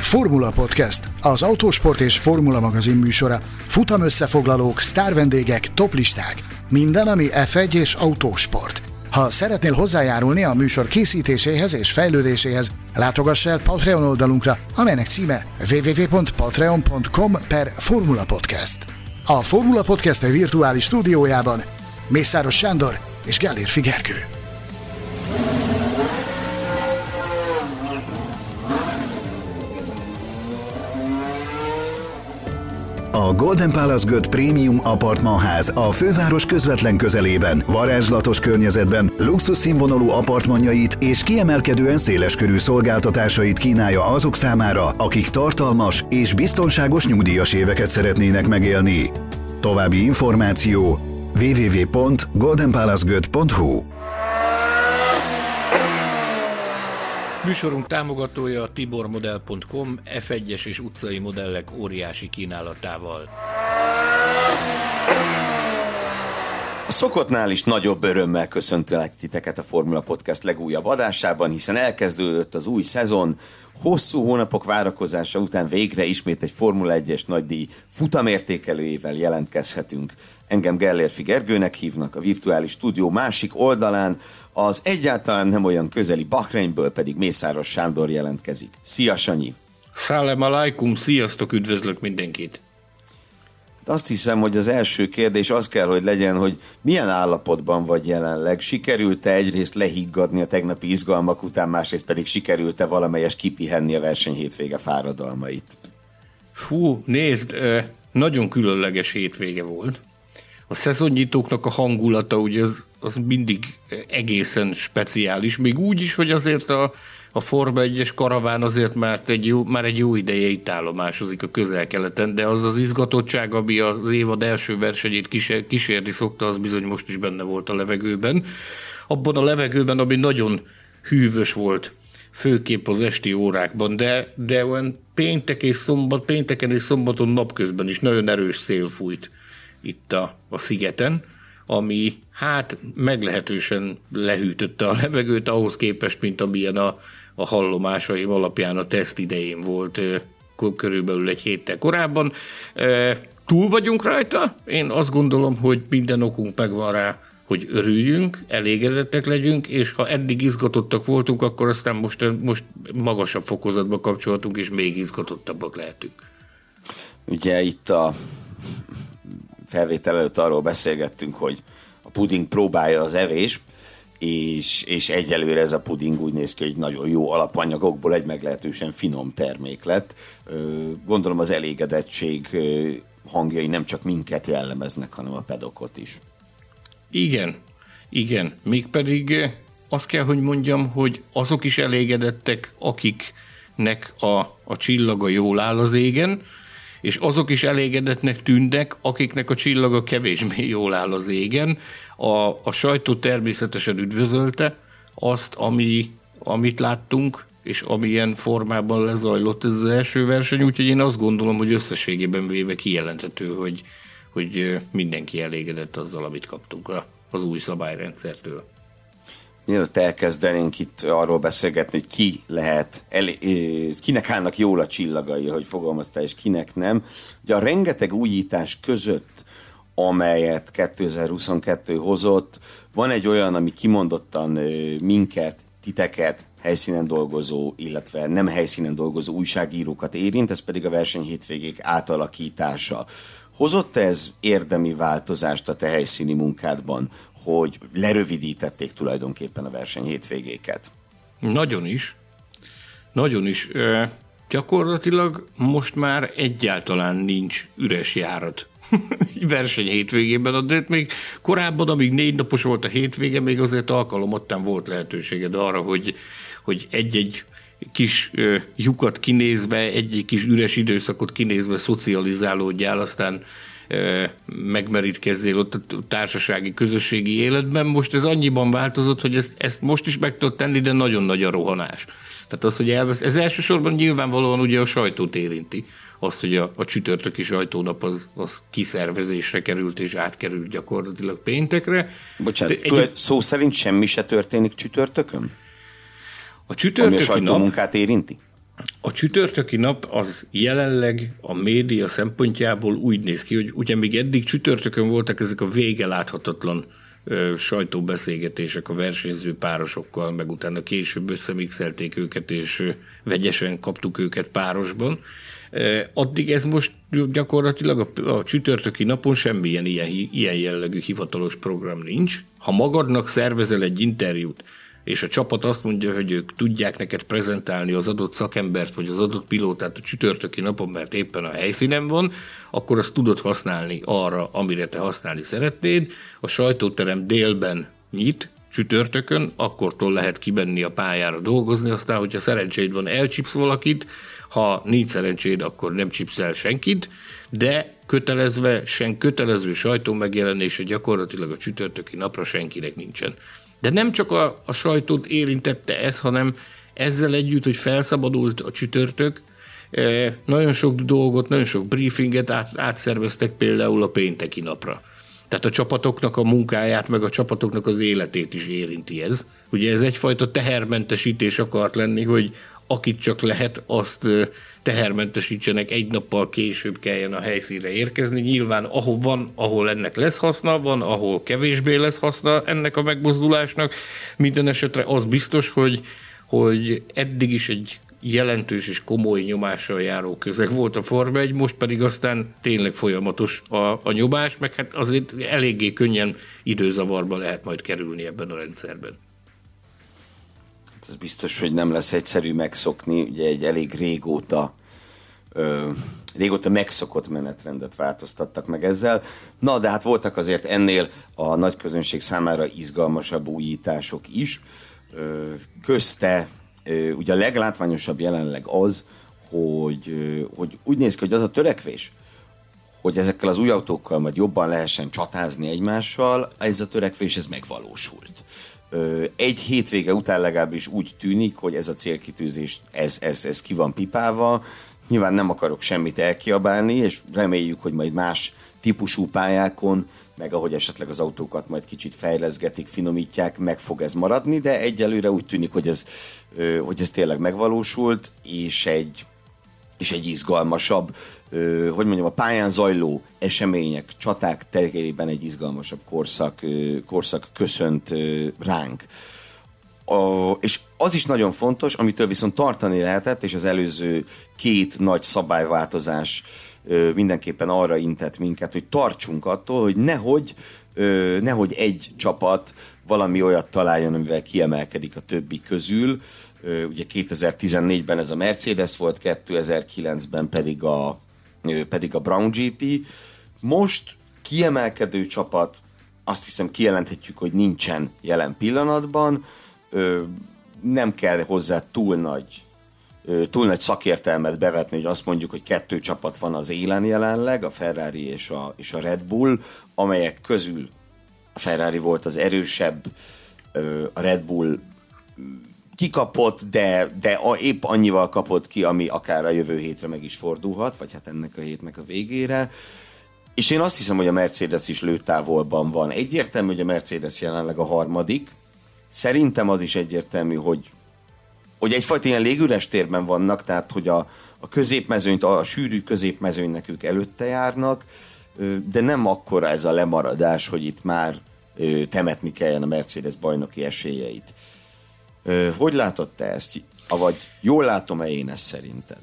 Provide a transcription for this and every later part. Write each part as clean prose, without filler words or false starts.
Formula Podcast, az autósport és formula magazin műsora. Futam összefoglalók, sztárvendégek, toplisták. Minden, ami F1 és autósport. Ha szeretnél hozzájárulni a műsor készítéséhez és fejlődéséhez, látogass el Patreon oldalunkra, amelynek címe www.patreon.com/Formula Podcast. A Formula Podcast virtuális stúdiójában Mészáros Sándor és Gellérfi Gergő. A Golden Palace Göt Premium Apartmanház a főváros közvetlen közelében, varázslatos környezetben luxus színvonalú apartmanjait és kiemelkedően széleskörű szolgáltatásait kínálja azok számára, akik tartalmas és biztonságos nyugdíjas éveket szeretnének megélni. További információ www.goldenpalacegöt.hu. Műsorunk támogatója a tibormodel.com F1-es és utcai modellek óriási kínálatával. A szokottnál is nagyobb örömmel köszöntelek titeket a Formula Podcast legújabb adásában, hiszen elkezdődött az új szezon. Hosszú hónapok várakozása után végre ismét egy Formula 1-es nagydíj futamértékelőjével jelentkezhetünk. Engem Gellérfi Gergőnek hívnak, a virtuális stúdió másik oldalán, az egyáltalán nem olyan közeli Bahreinből pedig Mészáros Sándor jelentkezik. Szia, Sanyi! Szálem alaikum, sziasztok, üdvözlök mindenkit! Azt hiszem, hogy az első kérdés az kell, hogy legyen, hogy milyen állapotban vagy jelenleg. Sikerült-e egyrészt lehiggadni a tegnapi izgalmak után, másrészt pedig sikerült-e valamelyes kipihenni a verseny hétvége fáradalmait? Fú, nézd, nagyon különleges hétvége volt. A szezonnyitóknak a hangulata ugye az mindig egészen speciális, még úgy is, hogy azért a Forma 1-es karaván azért már egy jó ideje itt állomásozik a Közel-Keleten, de az az izgatottság, ami az évad első versenyét kísérni szokta, az bizony most is benne volt a levegőben. Abban a levegőben, ami nagyon hűvös volt, főképp az esti órákban, de olyan pénteken és szombaton napközben is nagyon erős szél fújt itt a szigeten, ami hát meglehetősen lehűtötte a levegőt ahhoz képest, mint amilyen a hallomásaim alapján a teszt idején volt körülbelül egy héttel korábban. Túl vagyunk rajta, én azt gondolom, hogy minden okunk megvan rá, hogy örüljünk, elégedettek legyünk, és ha eddig izgatottak voltunk, akkor aztán most magasabb fokozatba kapcsolhatunk, és még izgatottabbak lehetünk. Ugye itt a felvétel előtt arról beszélgettünk, hogy a puding próbálja az evés, és egyelőre ez a puding úgy néz ki, hogy nagyon jó alapanyagokból egy meglehetősen finom termék lett. Gondolom az elégedettség hangjai nem csak minket jellemeznek, hanem a pedokot is. Igen. Mégpedig azt kell, hogy mondjam, hogy azok is elégedettek, akiknek a csillaga jól áll az égen, és azok is elégedetnek tűnnek, akiknek a csillaga kevésbé jól áll az égen. A sajtó természetesen üdvözölte azt, amit láttunk, és amilyen formában lezajlott ez az első verseny, úgyhogy én azt gondolom, hogy összességében véve kijelenthető, hogy mindenki elégedett azzal, amit kaptunk az új szabályrendszertől. Mielőtt elkezdenénk itt arról beszélgetni, hogy kinek állnak jól a csillagai, hogy fogalmaztál, és kinek nem. Ugye a rengeteg újítás között, amelyet 2022 hozott, van egy olyan, ami kimondottan minket, titeket, helyszínen dolgozó, illetve nem helyszínen dolgozó újságírókat érint, ez pedig a verseny hétvégék átalakítása. Hozott ez érdemi változást a te helyszíni munkádban, hogy lerövidítették tulajdonképpen a verseny hétvégéket? Nagyon is. Gyakorlatilag most már egyáltalán nincs üres járat verseny hétvégében, de még korábban, amíg 4 napos volt a hétvége, még azért alkalomattán volt lehetőséged arra, hogy egy-egy kis lyukat kinézve, egy kis üres időszakot kinézve szocializálódjál, aztán megmerítkezzél ott a társasági, közösségi életben. Most ez annyiban változott, hogy ezt most is meg tudod tenni, de nagyon nagy a rohanás. Tehát az, hogy ez elsősorban nyilvánvalóan ugye a sajtót érinti. Azt, hogy a csütörtöki sajtónap az kiszervezésre került és átkerült gyakorlatilag péntekre. Bocsánat, szó szerint semmi se történik csütörtökön? A csütörtöki ami a sajtómunkát érinti? A csütörtöki nap az jelenleg a média szempontjából úgy néz ki, hogy ugye még eddig csütörtökön voltak ezek a vége láthatatlan sajtóbeszélgetések a versenyző párosokkal, meg utána később összemixelték őket, és vegyesen kaptuk őket párosban. Addig ez most gyakorlatilag a csütörtöki napon semmilyen ilyen jellegű hivatalos program nincs. Ha magadnak szervezel egy interjút, és a csapat azt mondja, hogy ők tudják neked prezentálni az adott szakembert, vagy az adott pilótát a csütörtöki napon, mert éppen a helyszínen van, akkor azt tudod használni arra, amire te használni szeretnéd. A sajtóterem délben nyit, csütörtökön, akkortól lehet kimenni a pályára dolgozni, aztán, hogyha szerencséd van, elcsipsz valakit, ha nincs szerencséd, akkor nem csipsz el senkit, de kötelező sajtó megjelenése gyakorlatilag a csütörtöki napra senkinek nincsen. De nem csak a sajtót érintette ez, hanem ezzel együtt, hogy felszabadult a csütörtök, nagyon sok dolgot, nagyon sok briefinget átszerveztek például a pénteki napra. Tehát a csapatoknak a munkáját, meg a csapatoknak az életét is érinti ez. Ugye ez egyfajta tehermentesítés akart lenni, hogy akit csak lehet, azt tehermentesítsenek, egy nappal később kelljen a helyszínre érkezni. Nyilván ahol ennek lesz haszna, van, ahol kevésbé lesz haszna ennek a megmozdulásnak. Minden esetre az biztos, hogy eddig is egy jelentős és komoly nyomással járó közeg volt a Forma 1, most pedig aztán tényleg folyamatos a nyomás, meg hát azért eléggé könnyen időzavarba lehet majd kerülni ebben a rendszerben. Ez biztos, hogy nem lesz egyszerű megszokni, ugye egy elég régóta megszokott menetrendet változtattak meg ezzel. Na, de hát voltak azért ennél a nagy közönség számára izgalmasabb újítások is. Közte ugye a leglátványosabb jelenleg az, hogy úgy néz ki, hogy az a törekvés, hogy ezekkel az új autókkal majd jobban lehessen csatázni egymással, ez a törekvés ez megvalósult. Egy hétvége után legalábbis úgy tűnik, hogy ez a célkitűzés, ez ki van pipálva. Nyilván nem akarok semmit elkiabálni, és reméljük, hogy majd más típusú pályákon, meg ahogy esetleg az autókat majd kicsit fejleszgetik, finomítják, meg fog ez maradni, de egyelőre úgy tűnik, hogy ez tényleg megvalósult, és egy izgalmasabb, a pályán zajló események, csaták terében egy izgalmasabb korszak köszönt ránk. És az is nagyon fontos, amitől viszont tartani lehetett, és az előző 2 nagy szabályváltozás mindenképpen arra intett minket, hogy tartsunk attól, hogy nehogy egy csapat valami olyat találjon, amivel kiemelkedik a többi közül. Ugye 2014-ben ez a Mercedes volt, 2009-ben pedig a Brown GP. Most kiemelkedő csapat, azt hiszem kijelenthetjük, hogy nincsen jelen pillanatban. Nem kell hozzá túl nagy szakértelmet bevetni, hogy azt mondjuk, hogy 2 csapat van az élen jelenleg, a Ferrari és a Red Bull, amelyek közül a Ferrari volt az erősebb, a Red Bull kikapott, de épp annyival kapott ki, ami akár a jövő hétre meg is fordulhat, vagy hát ennek a hétnek a végére. És én azt hiszem, hogy a Mercedes is lőtávolban van. Egyértelmű, hogy a Mercedes jelenleg a 3. Szerintem az is egyértelmű, hogy egyfajta ilyen légüres térben vannak, tehát hogy a középmezőnyt, a sűrű középmezőnynek ők előtte járnak, de nem akkora ez a lemaradás, hogy itt már temetni kelljen a Mercedes bajnoki esélyeit. Hogy látod te ezt? Vagy jól látom-e én ezt szerinted?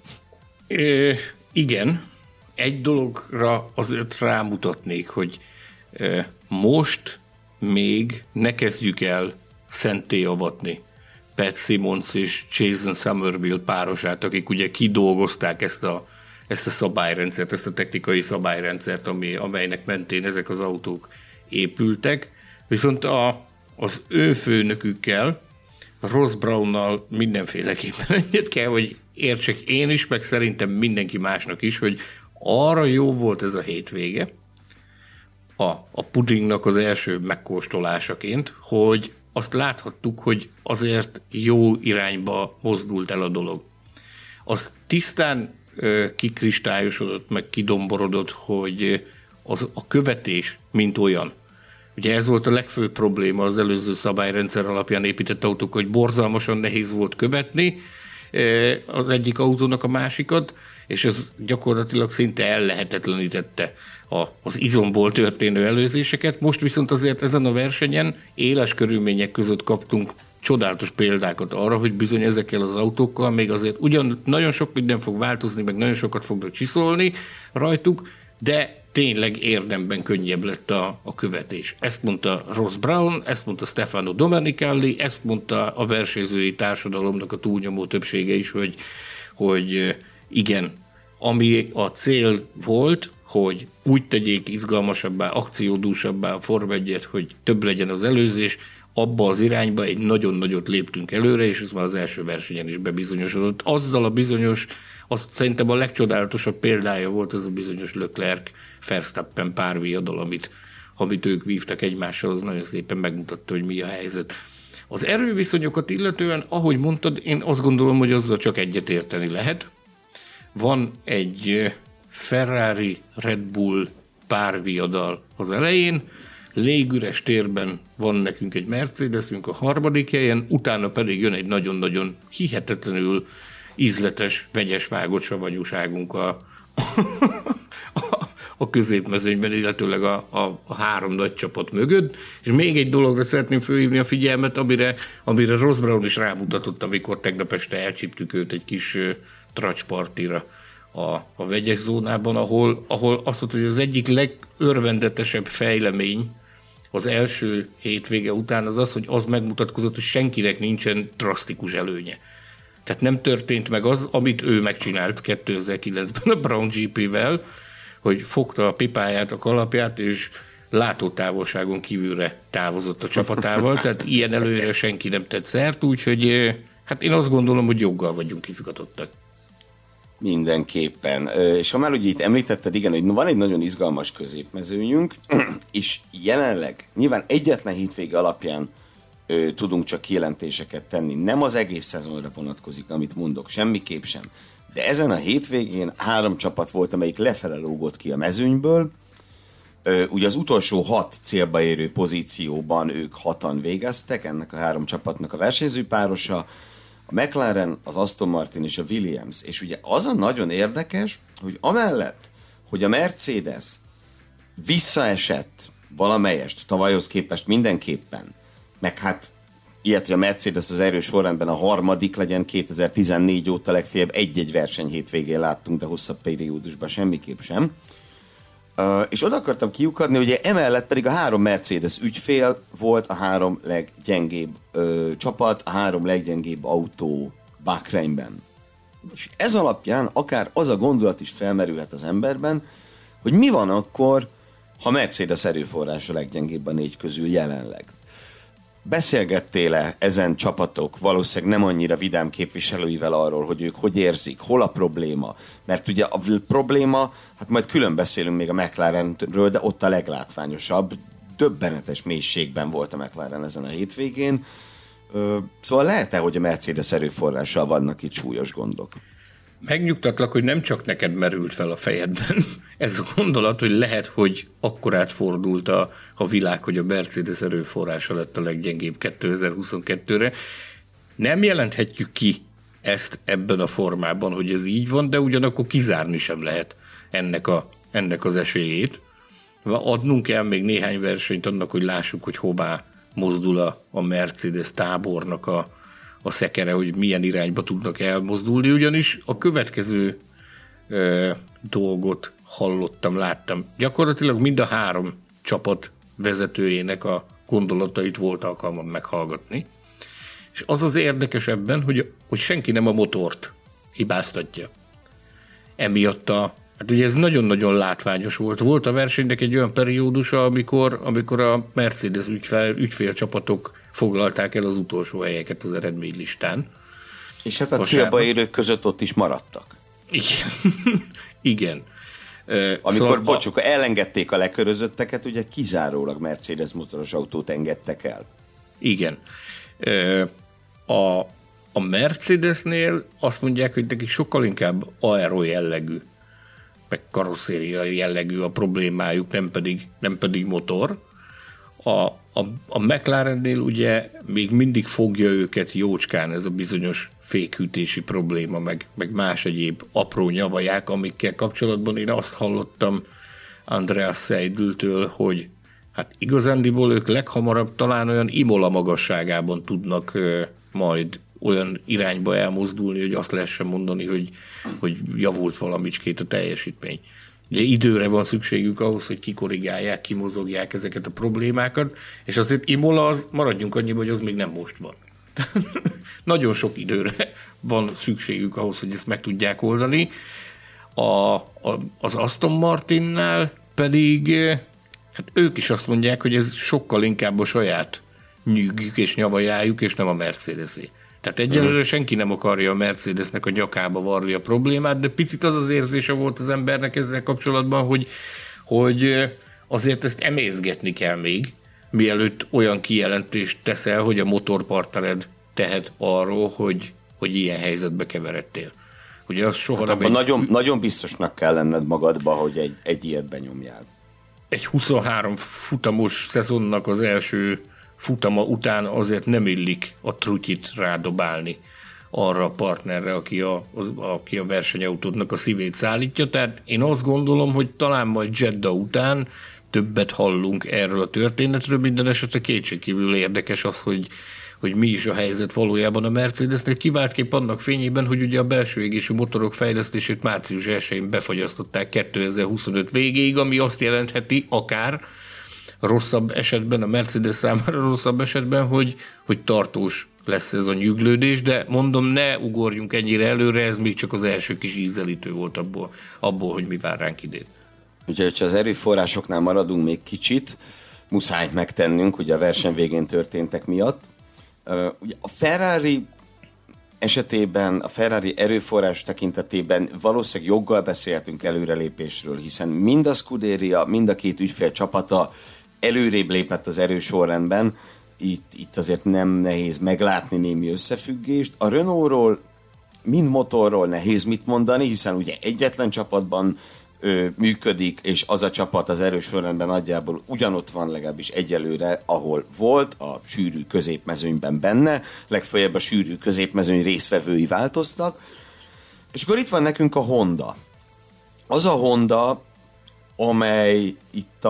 Igen. Egy dologra azért rámutatnék, hogy most még ne kezdjük el szenté avatni Pat Simmons és Jason Somerville párosát, akik ugye kidolgozták ezt a szabályrendszert, ezt a technikai szabályrendszert, amelynek mentén ezek az autók épültek. Viszont az ő főnökükkel, Ross Brownnal mindenféleképpen egyet kell, hogy értsek én is, meg szerintem mindenki másnak is, hogy arra jó volt ez a hétvége, a pudingnak az első megkóstolásaként, hogy azt láthattuk, hogy azért jó irányba mozdult el a dolog. Az tisztán kikristályosodott, meg kidomborodott, hogy a követés, mint olyan. Ugye ez volt a legfőbb probléma az előző szabályrendszer alapján épített autók, hogy borzalmasan nehéz volt követni, az egyik autónak a másikat, és ez gyakorlatilag szinte ellehetetlenítette az izomból történő előzéseket. Most viszont azért ezen a versenyen éles körülmények között kaptunk csodálatos példákat arra, hogy bizony ezekkel az autókkal még azért ugyan nagyon sok minden fog változni, meg nagyon sokat fognak csiszolni rajtuk, de tényleg érdemben könnyebb lett a követés. Ezt mondta Ross Brown, ezt mondta Stefano Domenicali, ezt mondta a versenyzői társadalomnak a túlnyomó többsége is, hogy igen, ami a cél volt, hogy úgy tegyék izgalmasabbá, akciódúsabbá a Forma 1-et, hogy több legyen az előzés, abba az irányba egy nagyon nagyot léptünk előre, és ez már az első versenyen is bebizonyosodott. Azzal a bizonyos, azt szerintem a legcsodálatosabb példája volt ez a bizonyos Leclerc-Verstappen párviadal, amit ők vívtak egymással, az nagyon szépen megmutatta, hogy mi a helyzet. Az erőviszonyokat illetően, ahogy mondtad, én azt gondolom, hogy azzal csak egyetérteni lehet. Van egy Ferrari Red Bull párviadal az elején, légüres térben van nekünk egy Mercedesünk a harmadik helyen, utána pedig jön egy nagyon-nagyon hihetetlenül ízletes, vegyes vágott savanyúságunk a középmezőnyben, illetőleg a három nagy csapat mögött. És még egy dologra szeretném fölhívni a figyelmet, amire Ross Brown is rámutatott, amikor tegnap este elcsíptük őt egy kis tracspartira a vegyes zónában, ahol azt mondta, hogy az egyik legörvendetesebb fejlemény az első hétvége után az, hogy az megmutatkozott, hogy senkinek nincsen drasztikus előnye. Tehát nem történt meg az, amit ő megcsinált 2009-ben a Brown GP-vel, hogy fogta a pipáját, a kalapját, és látótávolságon kívülre távozott a csapatával, tehát ilyen előre senki nem tett szert, úgyhogy hát én azt gondolom, hogy joggal vagyunk izgatottak. Mindenképpen. És ha már ugye itt említetted, igen, hogy van egy nagyon izgalmas középmezőnyünk, és jelenleg nyilván egyetlen hétvége alapján tudunk csak kijelentéseket tenni. Nem az egész szezonra vonatkozik, amit mondok, semmiképp sem. De ezen a hétvégén 3 csapat volt, amelyik lefele lógott ki a mezőnyből. Ugye az utolsó 6 célba érő pozícióban ők 6-an végeztek, ennek a 3 csapatnak a versenyzőpárosa, a McLaren, az Aston Martin és a Williams. És ugye az a nagyon érdekes, hogy amellett, hogy a Mercedes visszaesett valamelyest tavalyhoz képest mindenképpen, meg hát ilyet, hogy a Mercedes az erős sorrendben a harmadik legyen, 2014 óta legfeljebb egy-egy verseny hétvégén láttunk, de hosszabb periódusban semmiképp sem. És oda akartam kiukadni, hogy emellett pedig a 3 Mercedes ügyfél volt a 3 leggyengébb csapat, a 3 leggyengébb autó Bahreinben. És ez alapján akár az a gondolat is felmerülhet az emberben, hogy mi van akkor, ha Mercedes erőforrása leggyengébb a 4 közül jelenleg. Beszélgettél-e ezen csapatok valószínűleg nem annyira vidám képviselőivel arról, hogy ők hogy érzik, hol a probléma? Mert ugye a probléma, hát majd külön beszélünk még a McLarenről, de ott a leglátványosabb, döbbenetes mélységben volt a McLaren ezen a hétvégén. Szóval lehet-e, hogy a Mercedes erőforrással vannak itt súlyos gondok? Megnyugtatlak, hogy nem csak neked merült fel a fejedben ez a gondolat, hogy lehet, hogy akkor átfordult a világ, hogy a Mercedes erőforrása lett a leggyengébb 2022-re. Nem jelenthetjük ki ezt ebben a formában, hogy ez így van, de ugyanakkor kizárni sem lehet ennek az esélyét. Adnunk kell még néhány versenyt annak, hogy lássuk, hogy hová mozdul a Mercedes tábornak a szekere, hogy milyen irányba tudnak elmozdulni, ugyanis a következő dolgot hallottam, láttam. Gyakorlatilag mind a 3 csapat vezetőjének a gondolatait volt alkalmam meghallgatni. És az az érdekes ebben, hogy senki nem a motort hibáztatja. Emiatt hát ugye ez nagyon-nagyon látványos volt. Volt a versenynek egy olyan periódusa, amikor a Mercedes ügyfélcsapatok foglalták el az utolsó helyeket az eredménylistán. És hát a célba érők között ott is maradtak. Igen. Amikor, elengedték a lekörözötteket, ugye kizárólag Mercedes motoros autót engedtek el. Igen. A Mercedesnél azt mondják, hogy nekik sokkal inkább aero jellegű, meg karosszéria jellegű a problémájuk, nem pedig motor. A McLarennél ugye még mindig fogja őket jócskán ez a bizonyos fékhűtési probléma, meg más egyéb apró nyavaják, amikkel kapcsolatban én azt hallottam Andreas Seidltől, hogy hát igazándiból ők leghamarabb talán olyan Imola magasságában tudnak majd olyan irányba elmozdulni, hogy azt lehessen mondani, hogy javult valamicskét a teljesítmény. Ugye időre van szükségük ahhoz, hogy kikorrigálják, kimozogják ezeket a problémákat, és azért Imola, maradjunk annyiba, hogy az még nem most van. Nagyon sok időre van szükségük ahhoz, hogy ezt meg tudják oldani. Az Aston Martinnál pedig hát ők is azt mondják, hogy ez sokkal inkább a saját nyűgjük és nyavajájuk, és nem a Mercedesé. Tehát egyelőre senki nem akarja a Mercedesnek a nyakába varni a problémát, de picit az érzése volt az embernek ezzel kapcsolatban, hogy azért ezt emészgetni kell még, mielőtt olyan kijelentést teszel, hogy a motorpartnered tehet arról, hogy ilyen helyzetbe keveredtél. Ugye az soha hát nagyon biztosnak kell lenned magadba, hogy egy ilyet benyomjál. Egy 23 futamos szezonnak az első futama után azért nem illik a trutyit rádobálni arra a partnerre, aki a versenyautódnak a szívét szállítja. Tehát én azt gondolom, hogy talán majd Jeddah után többet hallunk erről a történetről, minden esetre kétségkívül érdekes az, hogy mi is a helyzet valójában a Mercedesnek, kiváltképp annak fényében, hogy ugye a belső égésű motorok fejlesztését március 1-én befagyasztották 2025 végéig, ami azt jelentheti akár rosszabb esetben, a Mercedes számára rosszabb esetben, hogy tartós lesz ez a nyüglődés, de mondom, ne ugorjunk ennyire előre, ez még csak az első kis ízelítő volt abból, hogy mi vár ránk idén. Ugye, hogyha az erőforrásoknál maradunk még kicsit, muszáj megtennünk, ugye a verseny végén történtek miatt. Ugye a Ferrari esetében, a Ferrari erőforrás tekintetében valószínűleg joggal beszélhetünk előrelépésről, hiszen mind a Scuderia, mind a két ügyfél csapata előrébb lépett az erősorrendben, itt azért nem nehéz meglátni némi összefüggést. A Renaultról, mind motorról nehéz mit mondani, hiszen ugye egyetlen csapatban működik, és az a csapat az erősorrendben nagyjából ugyanott van legalábbis egyelőre, ahol volt, a sűrű középmezőnyben benne, legfeljebb a sűrű középmezőny résztvevői változtak, és akkor itt van nekünk a Honda. Az a Honda, amely itt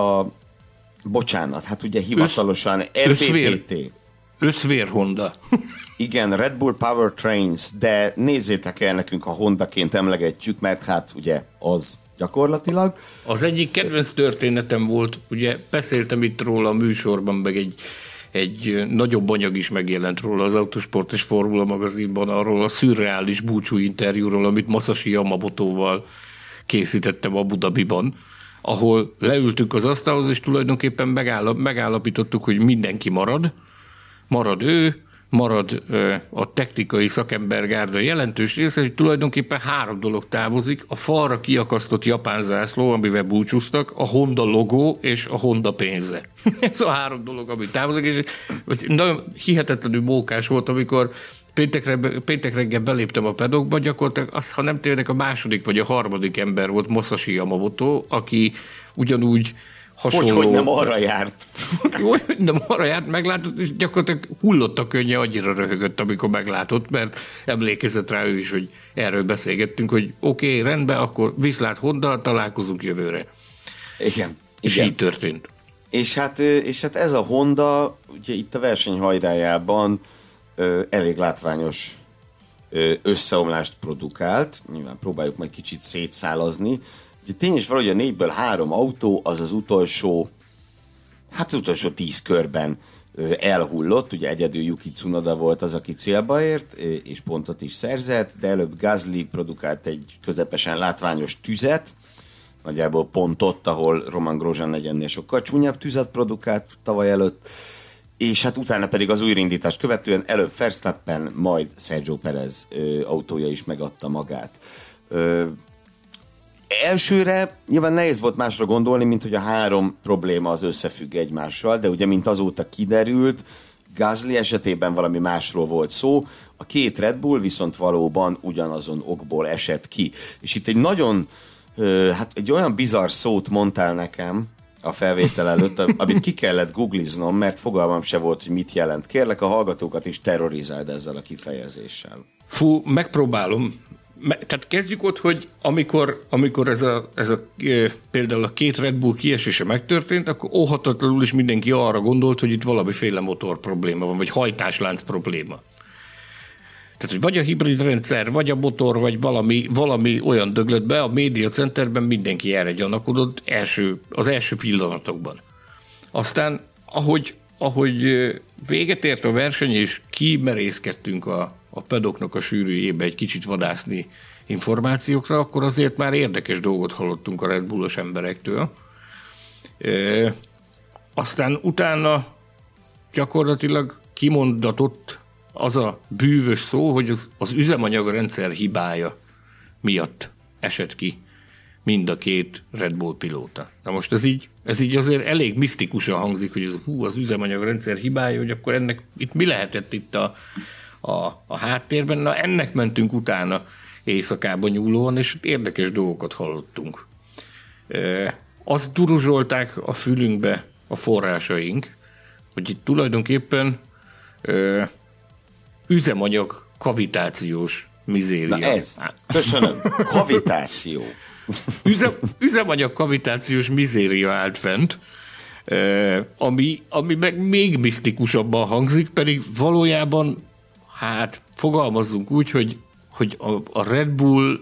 hát ugye hivatalosan RBPT. Összvér Honda. Igen, Red Bull Powertrains, de nézzétek el, nekünk a Hondaként emlegetjük, mert hát ugye az gyakorlatilag. Az egyik kedvenc történetem volt, ugye beszéltem itt róla a műsorban, meg egy nagyobb anyag is megjelent róla az Autosport és Formula magazinban, arról a szürreális búcsú interjúról, amit Masashi Yamamotoval készítettem Abu Dhabiban, ahol leültünk az asztalhoz, és tulajdonképpen megállapítottuk, hogy mindenki marad ő, marad a technikai szakembergárda jelentős része, hogy tulajdonképpen 3 dolog távozik, a falra kiakasztott japán zászló, amivel búcsúztak, a Honda logó és a Honda pénze. Ez a 3 dolog, ami távozik, és nagyon hihetetlenül mókás volt, amikor péntek reggel beléptem a pedokba, gyakorlatilag ha nem tévedek, a második vagy a harmadik ember volt Masashi Yamamoto, aki ugyanúgy hasonló... Hogy nem arra járt. Nem arra járt, meglátott, és gyakorlatilag hullott a könnye, annyira röhögött, amikor meglátott, mert emlékezett rá ő is, hogy erről beszélgettünk, hogy oké, rendben, akkor viszlát Honda, találkozunk jövőre. Igen. És így történt. És hát ez a Honda, ugye itt a verseny hajrájában elég látványos összeomlást produkált, nyilván próbáljuk majd kicsit szétszálazni. Tény és valahogy a 4-ből 3 autó az utolsó 10 körben elhullott, ugye egyedül Yuki Tsunoda volt az, aki célba ért, és pontot is szerzett, de előbb Gasly produkált egy közepesen látványos tüzet, nagyjából pont ott, ahol Romain Grosjean negyennél sokkal csúnyább tüzet produkált tavaly előtt, és hát utána pedig az újraindítást követően előbb Verstappen, majd Sergio Perez autója is megadta magát. Elsőre nyilván nehéz volt másra gondolni, mint hogy a 3 probléma az összefügg egymással, de ugye mint azóta kiderült, Gasly esetében valami másról volt szó, a 2 Red Bull viszont valóban ugyanazon okból esett ki. És itt egy nagyon, egy olyan bizarr szót mondtál nekem, a felvétel előtt, amit ki kellett googliznom, mert fogalmam se volt, hogy mit jelent. Kérlek, a hallgatókat is terrorizáld ezzel a kifejezéssel. Fú, megpróbálom. Tehát kezdjük ott, hogy amikor ez a például a 2 Red Bull kiesése megtörtént, akkor óhatatlanul is mindenki arra gondolt, hogy itt valamiféle motor probléma van, vagy hajtáslánc probléma. Tehát, hogy vagy a hibrid rendszer, vagy a motor, vagy valami olyan döglött be, a média centerben mindenki erre gyanakodott az első pillanatokban. Aztán, ahogy véget ért a verseny, és kimerészkedtünk a pedoknak a sűrűjébe egy kicsit vadászni információkra, akkor azért már érdekes dolgot hallottunk a Red Bullos emberektől. Aztán utána gyakorlatilag kimondatott az a bűvös szó, hogy az üzemanyagrendszer hibája miatt esett ki mind a 2 Red Bull pilóta. Na most ez így azért elég misztikusan hangzik, hogy az üzemanyagrendszer hibája, hogy akkor ennek itt mi lehetett itt a háttérben. Na ennek mentünk utána éjszakában nyúlóan, és érdekes dolgokat hallottunk. Azt duruzsolták a fülünkbe a forrásaink, hogy itt tulajdonképpen üzemanyag kavitációs mizéria. Na ez, köszönöm, kavitáció. Üzemanyag kavitációs mizéria állt fent, ami meg még misztikusabban hangzik, pedig valójában, hát fogalmazzunk úgy, hogy a Red Bull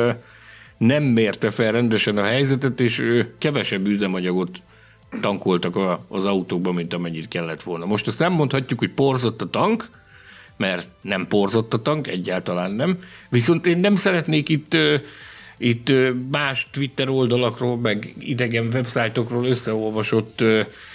nem mérte fel rendesen a helyzetet, és kevesebb üzemanyagot tankoltak az autókban, mint amennyit kellett volna. Most azt nem mondhatjuk, hogy porzott a tank, mert nem porzott a tank, egyáltalán nem. Viszont én nem szeretnék itt más Twitter oldalakról, meg idegen websájtokról összeolvasott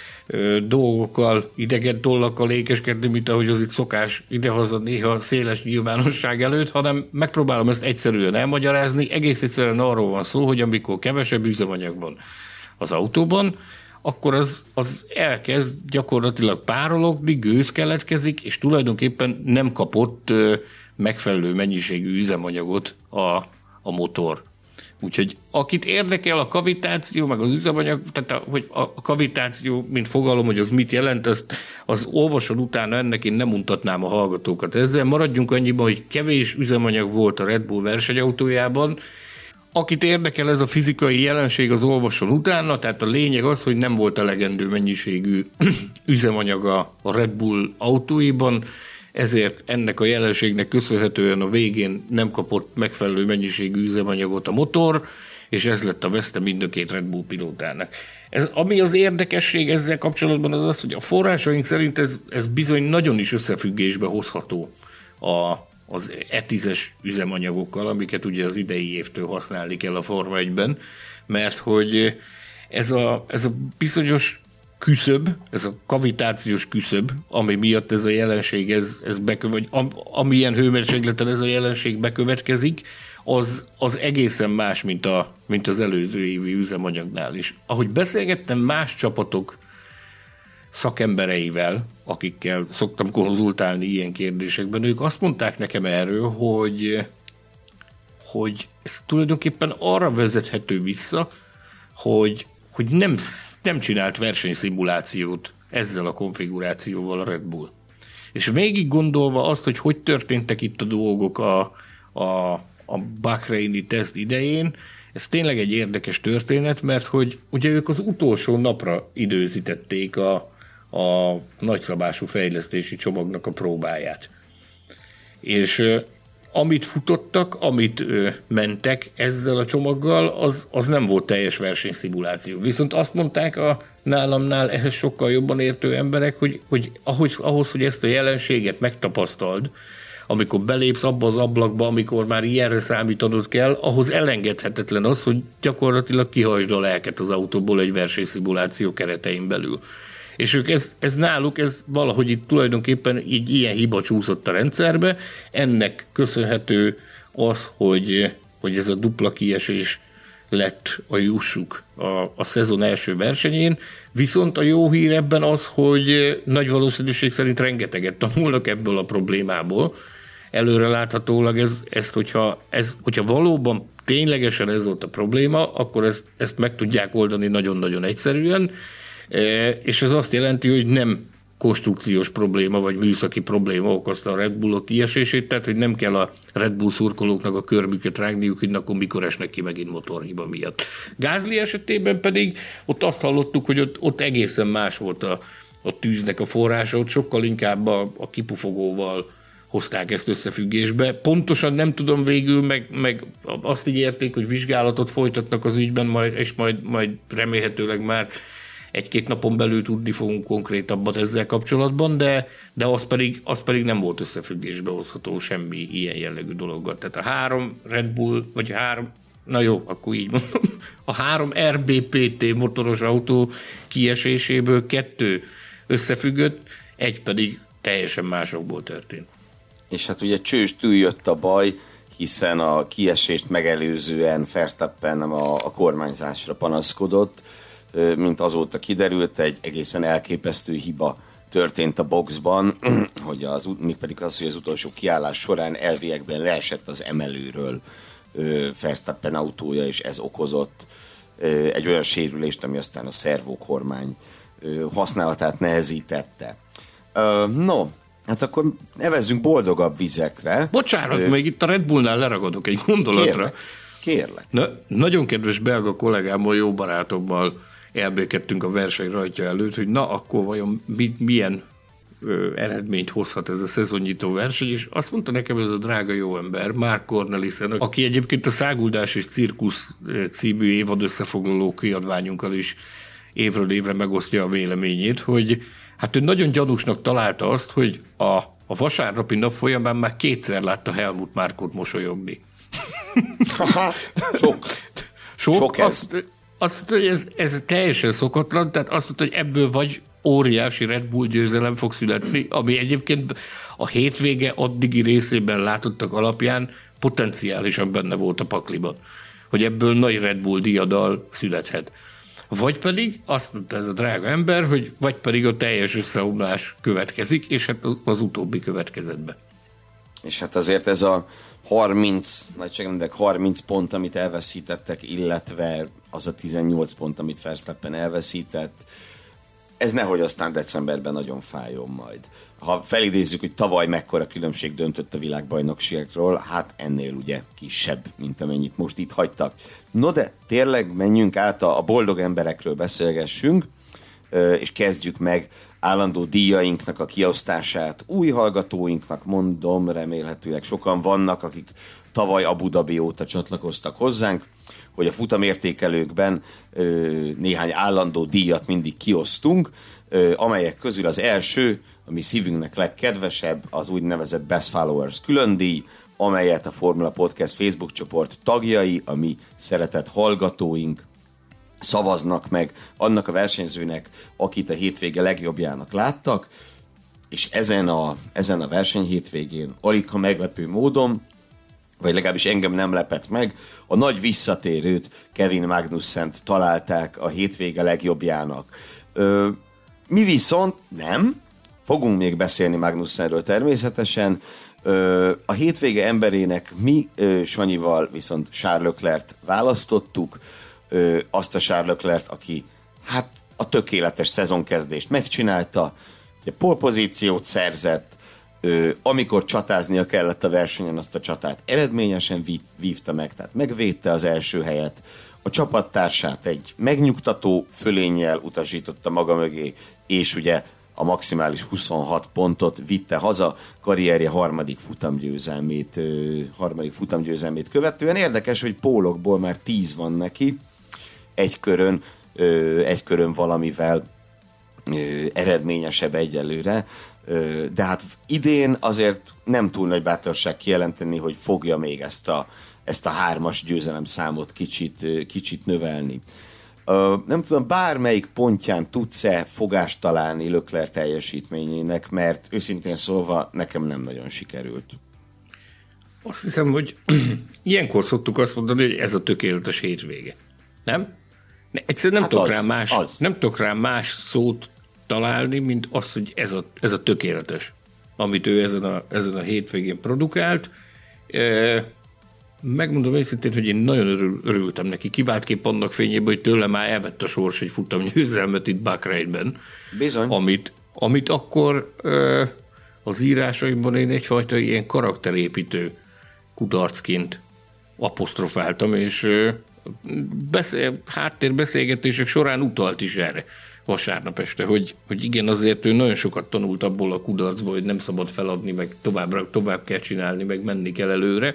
dolgokkal, idegen tollakkal ékeskedni, mint ahogy az itt szokás idehaza néha széles nyilvánosság előtt, hanem megpróbálom ezt egyszerűen elmagyarázni. Egész egyszerűen arról van szó, hogy amikor kevesebb üzemanyag van az autóban, akkor az elkezd gyakorlatilag párologni, gőz keletkezik, és tulajdonképpen nem kapott megfelelő mennyiségű üzemanyagot a motor. Úgyhogy akit érdekel a kavitáció, meg az üzemanyag, tehát hogy a kavitáció, mint fogalom, hogy az mit jelent, az olvasod utána ennek, én nem mutatnám a hallgatókat. Ezzel maradjunk annyiban, hogy kevés üzemanyag volt a Red Bull versenyautójában. Akit érdekel ez a fizikai jelenség, az olvasson utána, tehát a lényeg az, hogy nem volt elegendő mennyiségű üzemanyag a Red Bull autóiban, ezért ennek a jelenségnek köszönhetően a végén nem kapott megfelelő mennyiségű üzemanyagot a motor, és ez lett a veszte mind a 2 Red Bull pilótának. Ami az érdekesség ezzel kapcsolatban az, hogy a forrásaink szerint ez bizony nagyon is összefüggésbe hozható az E10-es üzemanyagokkal, amiket ugye az idei évtől használni kell a Forma 1-ben, mert hogy ez a bizonyos küszöb, ez a kavitációs küszöb, ami miatt ez a jelenség, amilyen hőmérsékleten ez a jelenség bekövetkezik, az egészen más, mint az előző évi üzemanyagnál is. Ahogy beszélgettem más csapatok szakembereivel, akikkel szoktam konzultálni ilyen kérdésekben, ők azt mondták nekem erről, hogy ez tulajdonképpen arra vezethető vissza, hogy nem csinált versenyszimulációt ezzel a konfigurációval a Red Bull. És végig gondolva azt, hogy történtek itt a dolgok a bahreini teszt idején, ez tényleg egy érdekes történet, mert hogy ugye ők az utolsó napra időzítették a nagyszabású fejlesztési csomagnak a próbáját. És amit futottak, amit mentek ezzel a csomaggal, az nem volt teljes versenyszimuláció. Viszont azt mondták a nálamnál ehhez sokkal jobban értő emberek, hogy ahhoz, hogy ezt a jelenséget megtapasztald, amikor belépsz abba az ablakba, amikor már ilyenre számítanod kell, ahhoz elengedhetetlen az, hogy gyakorlatilag kihajtsd a lelket az autóból egy versenyszimuláció keretein belül. És ők ez náluk, ez valahogy itt tulajdonképpen így ilyen hiba csúszott a rendszerbe. Ennek köszönhető az, hogy ez a dupla kiesés lett a jussuk a szezon első versenyén. Viszont a jó hír ebben az, hogy nagy valószínűség szerint rengeteget tanulnak ebből a problémából. Előre láthatólag hogyha valóban ténylegesen ez volt a probléma, akkor ezt meg tudják oldani nagyon-nagyon egyszerűen, és ez azt jelenti, hogy nem konstrukciós probléma, vagy műszaki probléma okozta a Red Bullok kiesését, tehát hogy nem kell a Red Bull szurkolóknak a körmüket rágniuk, hogy akkor mikor esnek ki megint motorhiba miatt. Gasly esetében pedig ott azt hallottuk, hogy ott egészen más volt a tűznek a forrása, ott sokkal inkább a kipufogóval hozták ezt összefüggésbe. Pontosan nem tudom végül, meg azt ígérték, hogy vizsgálatot folytatnak az ügyben, és majd remélhetőleg már egy-két napon belül tudni fogunk konkrétabbat ezzel kapcsolatban, de az pedig nem volt összefüggésbe hozható semmi ilyen jellegű dologgal. Tehát a 3 Red Bull, vagy 3, na jó, akkor így mondom, a 3 RBPT motoros autó kieséséből 2 összefüggött, egy pedig teljesen másokból történt. És hát ugye csőstül jött a baj, hiszen a kiesést megelőzően Verstappen a kormányzásra panaszkodott, mint azóta kiderült, egy egészen elképesztő hiba történt a boxban, hogy mégpedig az, hogy az utolsó kiállás során elviekben leesett az emelőről Verstappen autója, és ez okozott egy olyan sérülést, ami aztán a szervokormány használatát nehezítette. No, hát akkor nevezzünk boldogabb vizekre. Bocsánat, még itt a Red Bullnál leragadok egy gondolatra. Kérlek. Nagyon kedves belga kollégámmal, jó barátommal elbékedtünk a verseny rajtja előtt, hogy na akkor vajon milyen eredményt hozhat ez a szezonnyitó verseny, és azt mondta nekem ez a drága jó ember, Mark Cornelissen, aki egyébként a Száguldás és Cirkusz című évad összefoglaló kiadványunkkal is évről évre megosztja a véleményét, hogy hát ő nagyon gyanúsnak találta azt, hogy a vasárnapi nap folyamán már 2-szer látta Helmut Markot mosolyogni. Sok ez. Azt mondta, hogy ez teljesen szokatlan, tehát azt mondta, hogy ebből vagy óriási Red Bull győzelem fog születni, ami egyébként a hétvége addigi részében látottak alapján potenciálisan benne volt a pakliban, hogy ebből nagy Red Bull diadal születhet. Vagy pedig azt mondta ez a drága ember, hogy vagy pedig a teljes összeomlás következik, és hát az utóbbi következett be. És hát azért ez a 30 pont, amit elveszítettek, illetve az a 18 pont, amit Verstappen elveszített, ez nehogy aztán decemberben nagyon fájjon majd. Ha felidézzük, hogy tavaly mekkora különbség döntött a világbajnokságról, hát ennél ugye kisebb, mint amennyit most itt hagytak. No de tényleg menjünk át a boldog emberekről beszélgessünk, és kezdjük meg állandó díjainknak a kiosztását. Új hallgatóinknak mondom, remélhetőleg sokan vannak, akik tavaly Abu Dhabi óta csatlakoztak hozzánk, hogy a futamértékelőkben néhány állandó díjat mindig kiosztunk, amelyek közül az első, ami szívünknek legkedvesebb, az úgynevezett Best Followers külön díj, amelyet a Formula Podcast Facebook csoport tagjai, a mi szeretett hallgatóink szavaznak meg annak a versenyzőnek, akit a hétvége legjobbjának láttak, és ezen a versenyhétvégén aligha meglepő módon, vagy legalábbis engem nem lepett meg, a nagy visszatérőt, Kevin Magnussent találták a hétvége legjobbjának. Mi viszont nem, fogunk még beszélni Magnussenről természetesen, a hétvége emberének mi Sanyival viszont Charles Leclerc-t választottuk, azt a Charles Leclerc, aki hát a tökéletes szezonkezdést megcsinálta, pole pozíciót szerzett, amikor csatáznia kellett a versenyen, azt a csatát eredményesen vívta meg, tehát megvédte az első helyet, a csapattársát egy megnyugtató fölénnyel utasította maga mögé, és ugye a maximális 26 pontot vitte haza karrierje harmadik futamgyőzelmét követően. Érdekes, hogy pólokból már 10 van neki, egy körön valamivel eredményesebb egyelőre, de hát idén azért nem túl nagy bátorság kijelenteni, hogy fogja még ezt a 3-as győzelemszámot kicsit növelni. Nem tudom, bármelyik pontján tudsz-e fogást találni Leclerc teljesítményének, mert őszintén szólva nekem nem nagyon sikerült. Azt hiszem, hogy ilyenkor szoktuk azt mondani, hogy ez a tökéletes hétvége. Nem? Egyszerűen nem tudok rá más szót találni, mint az, hogy ez a tökéletes, amit ő ezen a hétvégén produkált. Megmondom őszintén, hogy én nagyon örültem neki. Kiváltképp annak fényében, hogy tőlem már elvett a sors egy futamgyőzelmet itt Bakreinben. Bizony. Amit akkor az írásaimban én egyfajta ilyen karakterépítő kudarcként apostrofáltam, és háttérbeszélgetések során utalt is erre vasárnap este, hogy igen, azért ő nagyon sokat tanult abból a kudarcból, hogy nem szabad feladni, meg tovább kell csinálni, meg menni kell előre.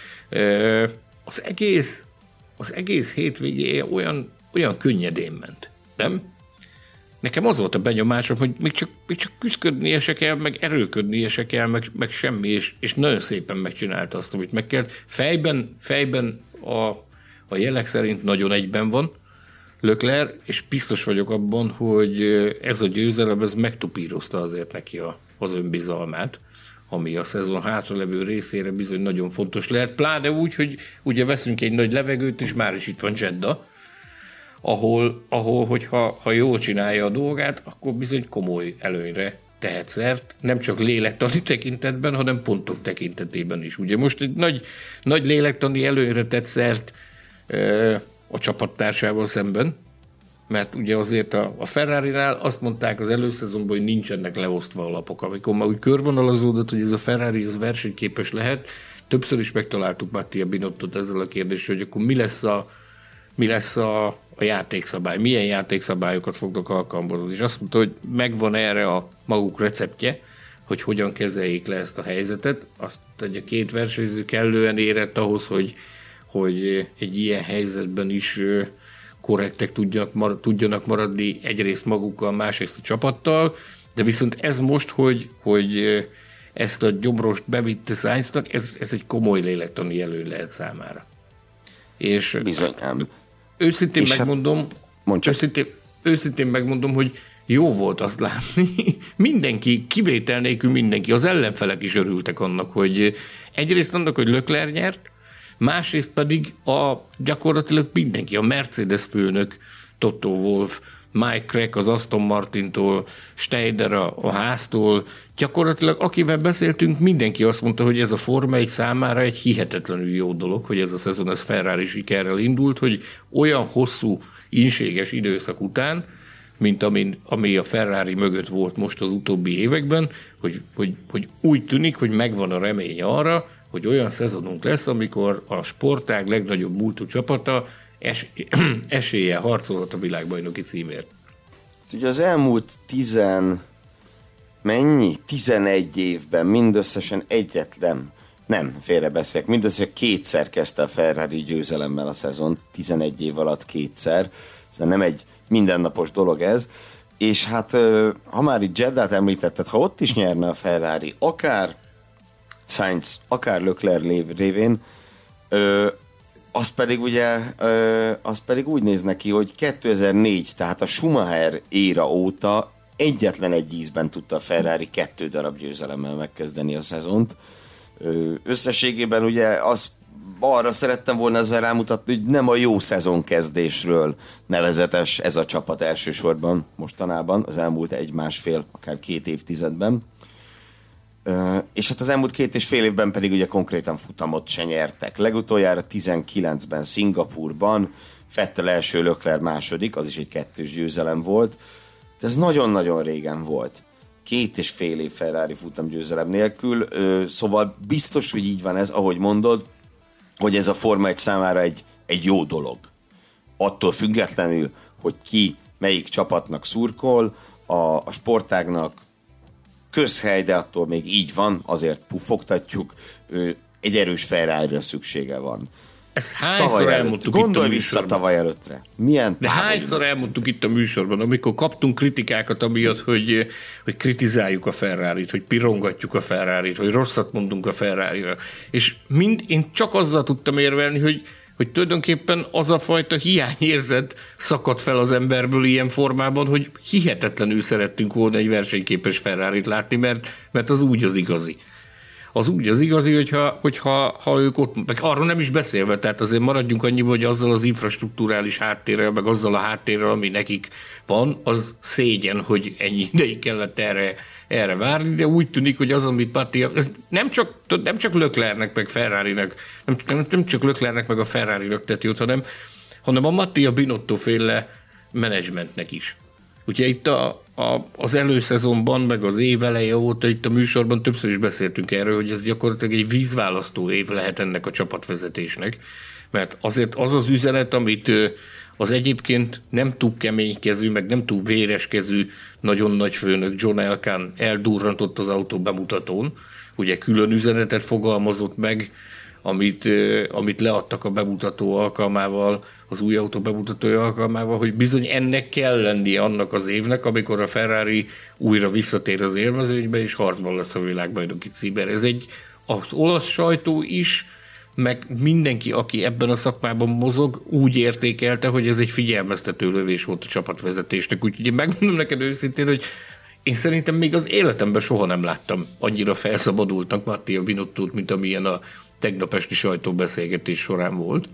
Az egész hétvégé olyan könnyedén ment, nem? Nekem az volt a benyomásom, hogy még csak küszködnie se kell, meg erőködnie se kell, meg semmi, és nagyon szépen megcsinálta azt, amit meg kell. Fejben a jelek szerint nagyon egyben van Leclerc, és biztos vagyok abban, hogy ez a győzelem ez megtupírozta azért neki az önbizalmát, ami a szezon hátralevő részére bizony nagyon fontos lehet. Pláne úgy, hogy ugye veszünk egy nagy levegőt, és már is itt van Jeddah, ahol hogyha jól csinálja a dolgát, akkor bizony komoly előnyre tehet szert, nem csak lélektani tekintetben, hanem pontok tekintetében is. Ugye most egy nagy lélektani előnyre tett szert a csapattársával szemben, mert ugye azért a Ferrarinál azt mondták az előszezonban, hogy nincsenek leosztva a lapok. Amikor már úgy körvonalazódott, hogy ez a Ferrari ez versenyképes lehet, többször is megtaláltuk Mattia Binottot ezzel a kérdéssel, hogy akkor mi lesz a játékszabály, milyen játékszabályokat fognak alkalmazni. És azt mondta, hogy megvan erre a maguk receptje, hogy hogyan kezeljék le ezt a helyzetet. Azt, hogy a két versenyző kellően érett ahhoz, hogy egy ilyen helyzetben is korrektek tudjanak maradni egyrészt magukkal, másrészt a csapattal, de viszont ez most, hogy ezt a gyomrost bevitte Sainznak, ez egy komoly lélektani előny lehet számára. És bizony, őszintén megmondom, hogy jó volt azt látni. Mindenki, kivétel nélkül mindenki, az ellenfelek is örültek annak, hogy egyrészt annak, hogy Leclerc nyert, másrészt pedig gyakorlatilag mindenki, a Mercedes főnök, Toto Wolff, Mike Crack az Aston Martintól, Steiner a háztól, gyakorlatilag akivel beszéltünk, mindenki azt mondta, hogy ez a Forma 1 számára egy hihetetlenül jó dolog, hogy ez a szezon ez Ferrari sikerrel indult, hogy olyan hosszú, ínséges időszak után, mint ami a Ferrari mögött volt most az utóbbi években, hogy úgy tűnik, hogy megvan a remény arra, hogy olyan szezonunk lesz, amikor a sportág legnagyobb múltú csapata eséllyel harcolhat a világbajnoki címért. Ugye az elmúlt 11 évben mindösszesen mindössze kétszer kezdte a Ferrari győzelemmel a szezont, 11 év alatt kétszer, szóval nem egy mindennapos dolog ez, és hát ha már itt Jeddát említetted, ha ott is nyerne a Ferrari, akár Sainz, akár Leclerc révén, az pedig úgy néz neki, hogy 2004, tehát a Schumacher éra óta egyetlen egy ízben tudta a Ferrari 2 darab győzelemmel megkezdeni a szezont. Összességében ugye arra szerettem volna ezzel rámutatni, hogy nem a jó szezonkezdésről nevezetes ez a csapat elsősorban mostanában, az elmúlt 1-1,5, akár 2 évtizedben. És hát az elmúlt 2,5 évben pedig ugye konkrétan futamot se nyertek. Legutoljára 19-ben Szingapúrban, Vettel első, Leclerc második, az is egy 2-s győzelem volt, de ez nagyon-nagyon régen volt. 2,5 év Ferrari futamgyőzelem nélkül, szóval biztos, hogy így van ez, ahogy mondod, hogy ez a Forma 1 számára egy jó dolog. Attól függetlenül, hogy ki melyik csapatnak szurkol, a sportágnak közhely, de attól még így van, azért puffogtatjuk, egy erős Ferrari-ra szüksége van. Ezt hányszor elmondtuk itt a Gondolj vissza tavaly előttre. De hányszor elmondtuk itt a műsorban, amikor kaptunk kritikákat amiatt, hogy kritizáljuk a Ferrarit, hogy pirongatjuk a Ferrarit, hogy rosszat mondunk a Ferrarira. És én csak azzal tudtam érvelni, hogy tulajdonképpen az a fajta hiányérzet szakadt fel az emberből ilyen formában, hogy hihetetlenül szerettünk volna egy versenyképes Ferrarit látni, mert az úgy az igazi. az úgy az igazi, hogyha ők ott, meg arról nem is beszélve, tehát azért maradjunk annyiba, hogy azzal az infrastruktúrális háttérrel, meg azzal a háttérrel, ami nekik van, az szégyen, hogy ennyi ideig kellett erre várni, de úgy tűnik, hogy az, amit Mattia, ez nem csak Leclercnek, meg Ferrarinek, nem csak Leclercnek, meg a Ferrarinak tett jót, hanem a Mattia Binotto féle menedzsmentnek is. Ugye itt az előszezonban, meg az év eleje óta itt a műsorban többször is beszéltünk erről, hogy ez gyakorlatilag egy vízválasztó év lehet ennek a csapatvezetésnek, mert azért az az üzenet, amit az egyébként nem túl keménykezű, meg nem túl véreskezű nagyon nagy főnök John Elkann eldurrantott az autó bemutatón, ugye külön üzenetet fogalmazott meg, amit leadtak a bemutató alkalmával, az új autó bemutatója alkalmával, hogy bizony ennek kell lennie annak az évnek, amikor a Ferrari újra visszatér az élmezőnybe, és harcban lesz a világbajnoki címért. Ez az olasz sajtó is, meg mindenki, aki ebben a szakmában mozog, úgy értékelte, hogy ez egy figyelmeztető lövés volt a csapatvezetésnek. Úgyhogy megmondom neked őszintén, hogy én szerintem még az életemben soha nem láttam annyira felszabadultnak Mattia Binottót, mint amilyen a tegnap esti sajtóbeszélgetés során volt.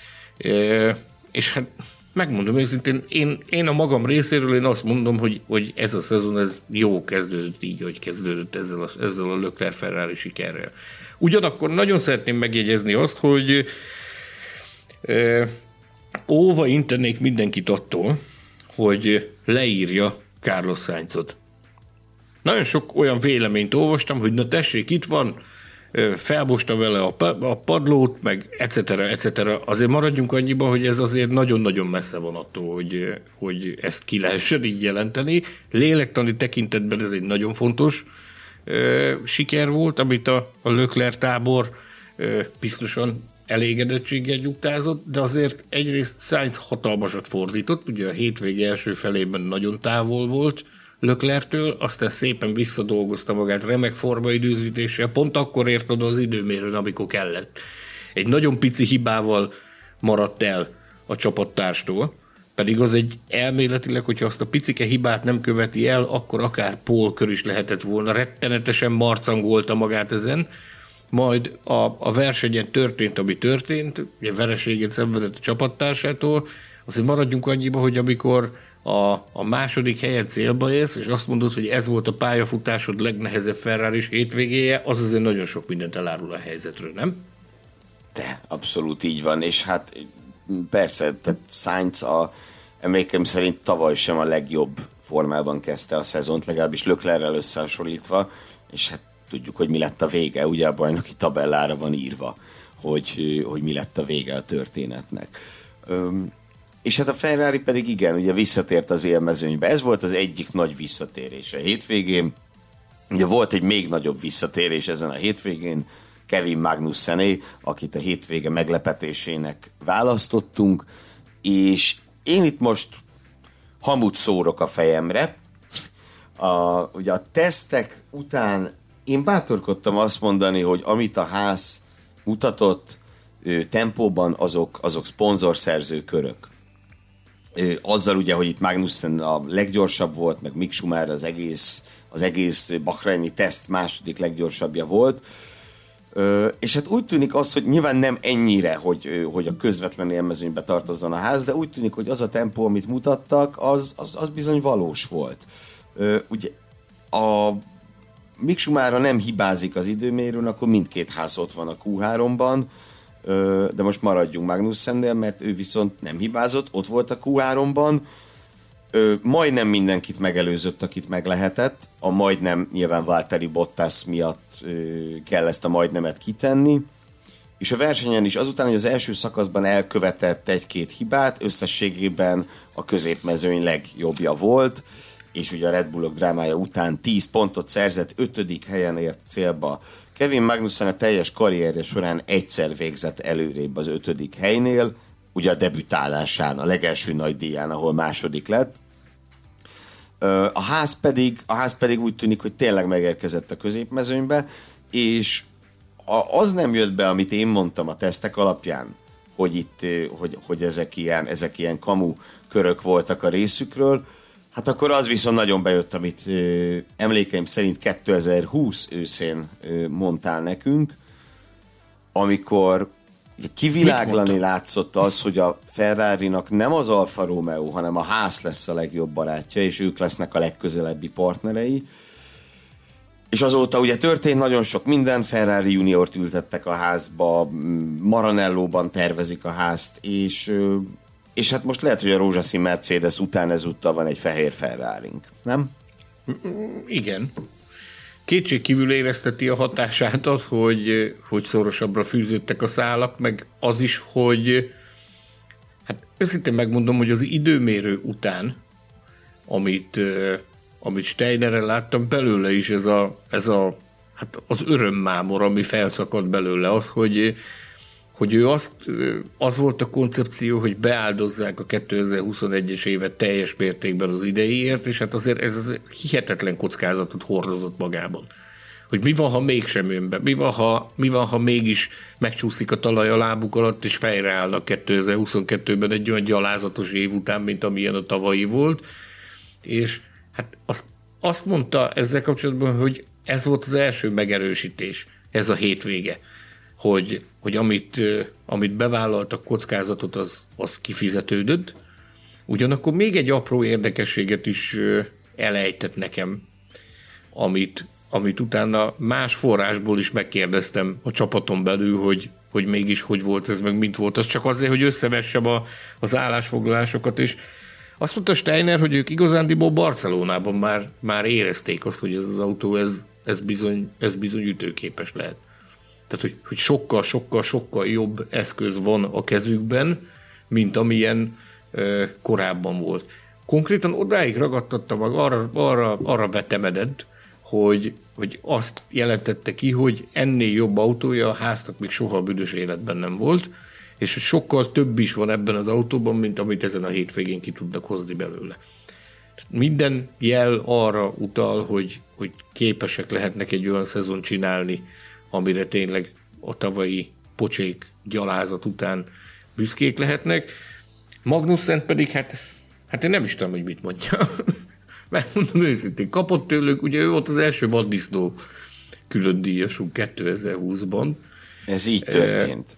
És hát megmondom őszintén, én a magam részéről én azt mondom, hogy ez a szezon ez jó kezdődött így, hogy kezdődött ezzel a Leclerc Ferrari sikerrel. Ugyanakkor nagyon szeretném megjegyezni azt, hogy óva intenék mindenkit attól, hogy leírja Carlos Sainzot. Nagyon sok olyan véleményt olvastam, hogy na tessék, itt van, felbosta vele a padlót, meg etc. Azért maradjunk annyiba, hogy ez azért nagyon-nagyon messze van attól, hogy ezt ki lehessen így jelenteni. Lélektani tekintetben ez egy nagyon fontos siker volt, amit a Leclerc tábor biztosan elégedettséggel nyugtázott, de azért egyrészt Sainz hatalmasat fordított, ugye a hétvége első felében nagyon távol volt Leclerctől, aztán szépen visszadolgozta magát remek formaidőzítéssel, pont akkor ért oda az időmérőn, amikor kellett. Egy nagyon pici hibával maradt el a csapattárstól, pedig az egy elméletileg, hogyha azt a picike hibát nem követi el, akkor akár pólkör is lehetett volna, rettenetesen marcangolta magát ezen, majd a versenyen történt, ami történt, ugye vereséget szenvedett a csapattársától, azért maradjunk annyiba, hogy amikor a második helyen célba érsz, és azt mondod, hogy ez volt a pályafutásod legnehezebb Ferraris hétvégéje, az azért nagyon sok mindent elárul a helyzetről, nem? De, abszolút így van, és hát persze, tehát Sainz emlékeim szerint tavaly sem a legjobb formában kezdte a szezont, legalábbis Leclerrel összehasonlítva, és hát tudjuk, hogy mi lett a vége, ugye a bajnoki tabellára van írva, hogy mi lett a vége a történetnek. És hát a Ferrari pedig igen, ugye visszatért az élmezőnybe. Ez volt az egyik nagy visszatérés a hétvégén. Ugye volt egy még nagyobb visszatérés ezen a hétvégén, Kevin Magnussen, akit a hétvége meglepetésének választottunk, és én itt most hamut szórok a fejemre. Ugye a tesztek után én bátorkodtam azt mondani, hogy amit a ház mutatott tempóban, azok szponzorszerző körök. Azzal ugye, hogy itt Magnussen a leggyorsabb volt, meg Mick Schumacher az egész bahreini teszt második leggyorsabbja volt, és hát úgy tűnik az, hogy nyilván nem ennyire, hogy a közvetlen élmezőnybe tartozzon a ház, de úgy tűnik, hogy az a tempó, amit mutattak, az bizony valós volt. Ugye a Mick Schumacher nem hibázik az időmérőn, akkor mindkét ház ott van a Q3-ban, de most maradjunk Magnussennél, mert ő viszont nem hibázott, ott volt a Q3-ban, majdnem mindenkit megelőzött, akit meg lehetett, a majdnem nyilván Valtteri Bottas miatt kell ezt a majdnemet kitenni, és a versenyen is azután, hogy az első szakaszban elkövetett egy-két hibát, összességében a középmezőny legjobbja volt, és ugye a Red Bullok drámája után 10 pontot szerzett, 5. helyen ért célba. Kevin Magnussen a teljes karrierje során egyszer végzett előrébb az 5. helynél, ugye a debütálásán, a legelső nagy díján, ahol második lett. A ház pedig úgy tűnik, hogy tényleg megérkezett a középmezőnybe, és az nem jött be, amit én mondtam a tesztek alapján, hogy ezek ilyen kamu körök voltak a részükről. Hát akkor az viszont nagyon bejött, amit emlékeim szerint 2020 őszén mondtál nekünk, amikor kiviláglani látszott az, hogy a Ferrarinak nem az Alfa Romeo, hanem a Haas lesz a legjobb barátja, és ők lesznek a legközelebbi partnerei. És azóta ugye történt nagyon sok minden, Ferrari juniort ültettek a Haasba, Maranellóban tervezik a Haast, és hát most lehet, hogy a rózsaszín Mercedes után ezúttal van egy fehér Ferrarink, nem? Igen. Kétségkívül érezteti a hatását az, hogy szorosabbra fűződtek a szálak, meg az is, hogy hát őszintén megmondom, hogy az időmérő után, amit Steinerrel láttam, belőle is ez a hát az örömmámor, ami felszakadt belőle, az, hogy ő az volt a koncepció, hogy beáldozzák a 2021-es évet teljes mértékben az ideiért, és hát azért ez hihetetlen kockázatot hordozott magában. Hogy mi van, ha mégsem jön be? Mi van, ha mégis megcsúszik a talaj a lábuk alatt, és fejreállnak 2022-ben egy olyan gyalázatos év után, mint amilyen a tavalyi volt. És hát azt mondta ezzel kapcsolatban, hogy ez volt az első megerősítés, ez a hétvége. Hogy amit bevállaltak kockázatot, az kifizetődött. Ugyanakkor még egy apró érdekességet is elejtett nekem, amit utána más forrásból is megkérdeztem a csapaton belül, hogy mégis hogy volt ez, meg mint volt. Az csak azért, hogy összevessem az állásfoglalásokat, és azt mondta Steiner, hogy ők igazándiból Barcelonában már érezték azt, hogy ez az autó, ez bizony ütőképes lehet. Tehát, hogy sokkal jobb eszköz van a kezükben, mint amilyen korábban volt. Konkrétan odáig ragadtatta meg, arra vetemedett, hogy azt jelentette ki, hogy ennél jobb autója a Haasnak még soha a büdös életben nem volt, és sokkal több is van ebben az autóban, mint amit ezen a hétvégén ki tudnak hozni belőle. Minden jel arra utal, hogy képesek lehetnek egy olyan szezon csinálni, amire tényleg a tavalyi pocsék gyalázat után büszkék lehetnek. Magnussen pedig, hát én nem is tudom, hogy mit mondja. Mert mondom őszintén, kapott tőlük, ugye ő volt az első vaddisznó külön díjasunk 2020-ban. Ez így történt.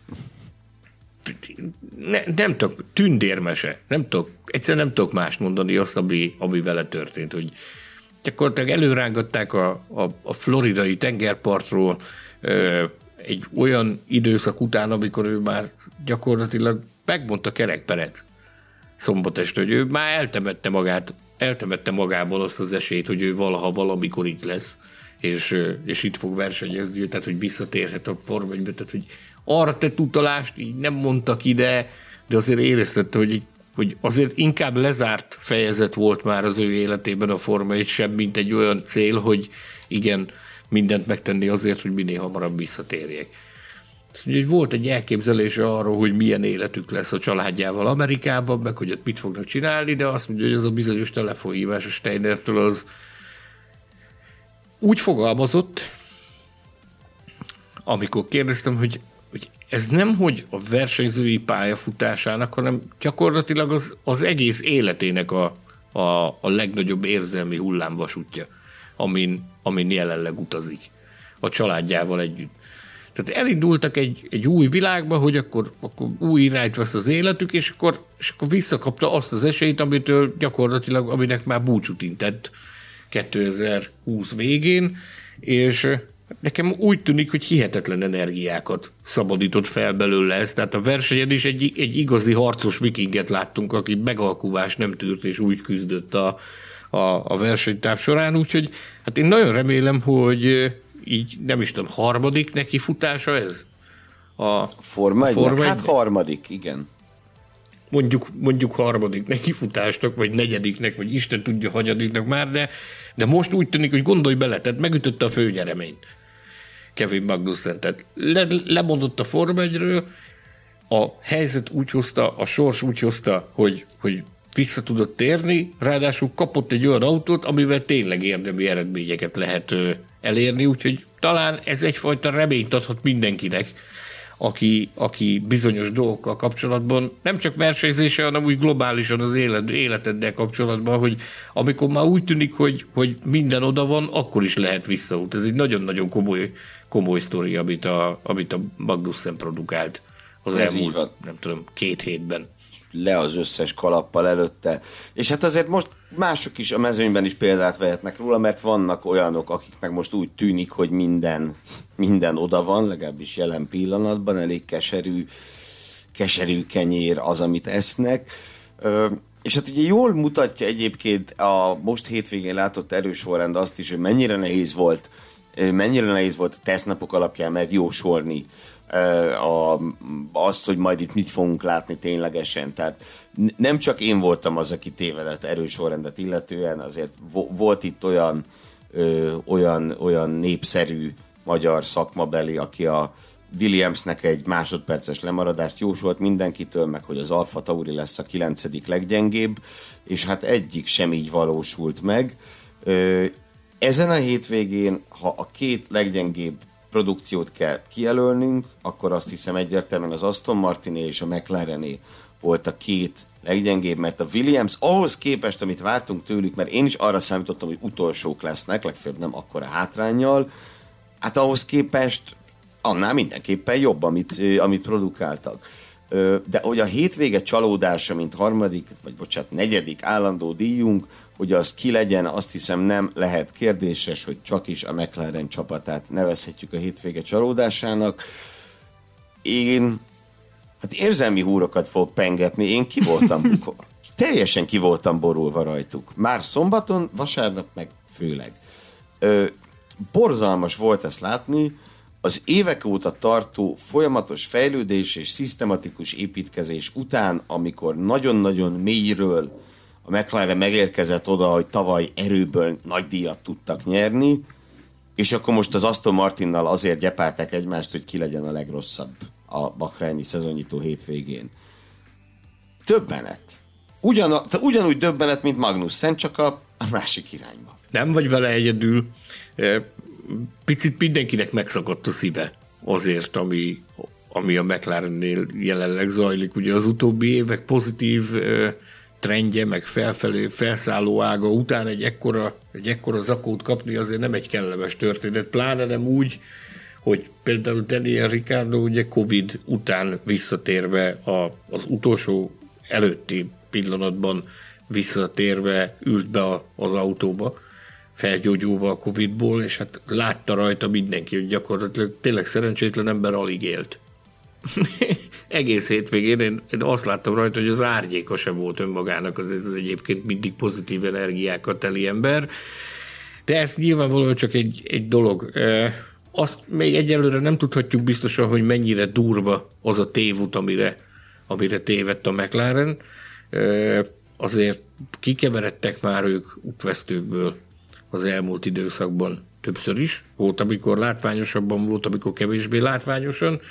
Nem tudok, tündérmese. Egyszerűen nem tudok mást mondani azt, ami vele történt, hogy gyakorlatilag előrángatták a floridai tengerpartról egy olyan időszak után, amikor ő már gyakorlatilag megmondta Kerek Perez szombat este, hogy ő már eltemette magával azt az esélyt, hogy ő valaha valamikor itt lesz, és itt fog versenyezni, tehát hogy visszatérhet a Forma 1-be, tehát hogy arra tett utalást így nem mondtak ide, de azért éreztette, hogy azért inkább lezárt fejezet volt már az ő életében a Forma 1 sem, mint egy olyan cél, hogy igen, mindent megtenni azért, hogy minél hamarabb visszatérjek. Úgyhogy volt egy elképzelése arról, hogy milyen életük lesz a családjával Amerikában, meg hogy ott mit fognak csinálni, de azt mondja, hogy az a bizonyos telefonhívás a Steinertől az úgy fogalmazott, amikor kérdeztem, hogy ez nem hogy a versenyzői pályafutásának, hanem gyakorlatilag az egész életének a legnagyobb érzelmi hullámvasútja, amin jelenleg utazik a családjával együtt. Tehát elindultak egy új világba, hogy akkor új irányt vesz az életük, és akkor visszakapta azt az esélyt, amitől gyakorlatilag, aminek már búcsút intett 2020 végén, és nekem úgy tűnik, hogy hihetetlen energiákat szabadított fel belőle ez. Tehát a versenyen is egy igazi harcos vikinget láttunk, aki megalkuvást nem tűrt, és úgy küzdött a versenytáv során. Úgyhogy hát én nagyon remélem, hogy így nem is tudom, harmadik neki futása ez? A Forma 1-nek? Hát harmadik, igen. Mondjuk harmadik neki futásnak, vagy negyediknek, vagy Isten tudja hanyadiknak már, de most úgy tűnik, hogy gondolj bele, tehát megütötte a főnyereményt Kevin Magnussen, tehát lemondott a Forma 1-ről, a helyzet úgy hozta, a sors úgy hozta, hogy vissza tudott térni, ráadásul kapott egy olyan autót, amivel tényleg érdemi eredményeket lehet elérni, úgyhogy talán ez egyfajta reményt adhat mindenkinek, aki bizonyos dolgokkal kapcsolatban nem csak versenyzése, hanem úgy globálisan az életeddel kapcsolatban, hogy amikor már úgy tűnik, hogy minden oda van, akkor is lehet visszaút. Ez egy nagyon-nagyon komoly sztori, amit a Magnussen produkált az elmúlt, nem tudom, 2 hétben. Le az összes kalappal előtte. És hát azért most mások is a mezőnyben is példát vehetnek róla, mert vannak olyanok, akiknek most úgy tűnik, hogy minden oda van, legalábbis jelen pillanatban, elég keserű kenyér az, amit esznek. És hát ugye jól mutatja egyébként a most hétvégén látott erősorrend azt is, hogy mennyire nehéz volt a tesztnapok alapján megjósolni azt, hogy majd itt mit fogunk látni ténylegesen. Tehát nem csak én voltam az, aki tévedett erősorrendet illetően, azért volt itt olyan népszerű magyar szakmabeli, aki a Williamsnek egy másodperces lemaradást jósolt mindenkitől, meg hogy az Alfa Tauri lesz a 9. leggyengébb, és hát egyik sem így valósult meg. Ezen a hétvégén, ha a 2 leggyengébb produkciót kell kijelölnünk, akkor azt hiszem egyértelműen az Aston Martiné és a McLarené volt a 2 leggyengébb, mert a Williams ahhoz képest, amit vártunk tőlük, mert én is arra számítottam, hogy utolsók lesznek, legfeljebb nem akkora hátránnyal, hát ahhoz képest annál mindenképpen jobb, amit produkáltak. De hogy a hétvége csalódása, mint 4. állandó díjunk, hogy az ki legyen, azt hiszem nem lehet kérdéses, hogy csak is a McLaren csapatát nevezhetjük a hétvége csalódásának. Én érzelmi húrokat fog pengetni, én teljesen ki voltam borulva rajtuk. Már szombaton, vasárnap meg főleg. Borzalmas volt ezt látni, az évek óta tartó folyamatos fejlődés és szisztematikus építkezés után, amikor nagyon-nagyon mélyről a McLaren megérkezett oda, hogy tavaly erőből nagy díjat tudtak nyerni, és akkor most az Aston Martinnal azért gyepálták egymást, hogy ki legyen a legrosszabb a bahreini szezonnyitó hétvégén. Döbbenet. Ugyanúgy döbbenet, mint Magnussen, csak a másik irányba. Nem vagy vele egyedül. Picit mindenkinek megszakadt a szíve azért, ami a McLarennél jelenleg zajlik. Ugye az utóbbi évek pozitív trendje, meg felszálló ága után egy ekkora zakót kapni azért nem egy kellemes történet, pláne nem úgy, hogy például Daniel Ricciardo ugye Covid után visszatérve az utolsó előtti pillanatban visszatérve ült be az autóba, felgyógyulva a Covidból, és hát látta rajta mindenki, hogy gyakorlatilag tényleg szerencsétlen ember alig élt. Egész hétvégén én azt láttam rajta, hogy az árnyéka sem volt önmagának, az egyébként mindig pozitív energiákat teli ember, de ez nyilvánvalóan csak egy dolog. Azt még egyelőre nem tudhatjuk biztosan, hogy mennyire durva az a tévút, amire tévedt a McLaren. Azért kikeveredtek már ők útvesztőkből az elmúlt időszakban többször is. Volt, amikor látványosabban, volt, amikor kevésbé látványosan.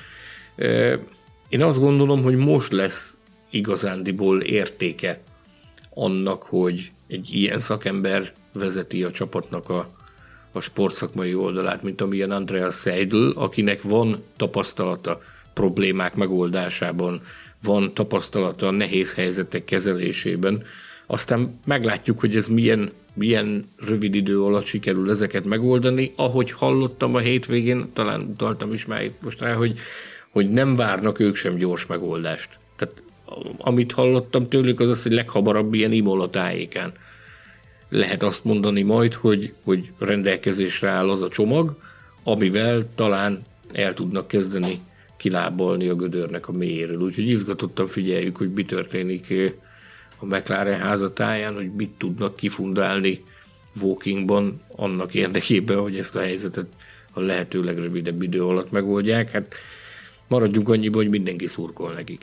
Én azt gondolom, hogy most lesz igazándiból értéke annak, hogy egy ilyen szakember vezeti a csapatnak a sportszakmai oldalát, mint amilyen Andreas Seidl, akinek van tapasztalata problémák megoldásában, van tapasztalata nehéz helyzetek kezelésében. Aztán meglátjuk, hogy ez milyen rövid idő alatt sikerül ezeket megoldani. Ahogy hallottam a hétvégén, talán utaltam is már most rá, hogy nem várnak ők sem gyors megoldást. Tehát amit hallottam tőlük, az hogy leghamarabb ilyen Imola tájékán lehet azt mondani majd, hogy rendelkezésre áll az a csomag, amivel talán el tudnak kezdeni kilábalni a gödörnek a mélyéről. Úgyhogy izgatottan figyeljük, hogy mi történik a McLaren házatáján, hogy mit tudnak kifundálni Wokingban annak érdekében, hogy ezt a helyzetet a lehető legrövidebb idő alatt megoldják. Hát maradjunk annyiban, hogy mindenki szurkol nekik.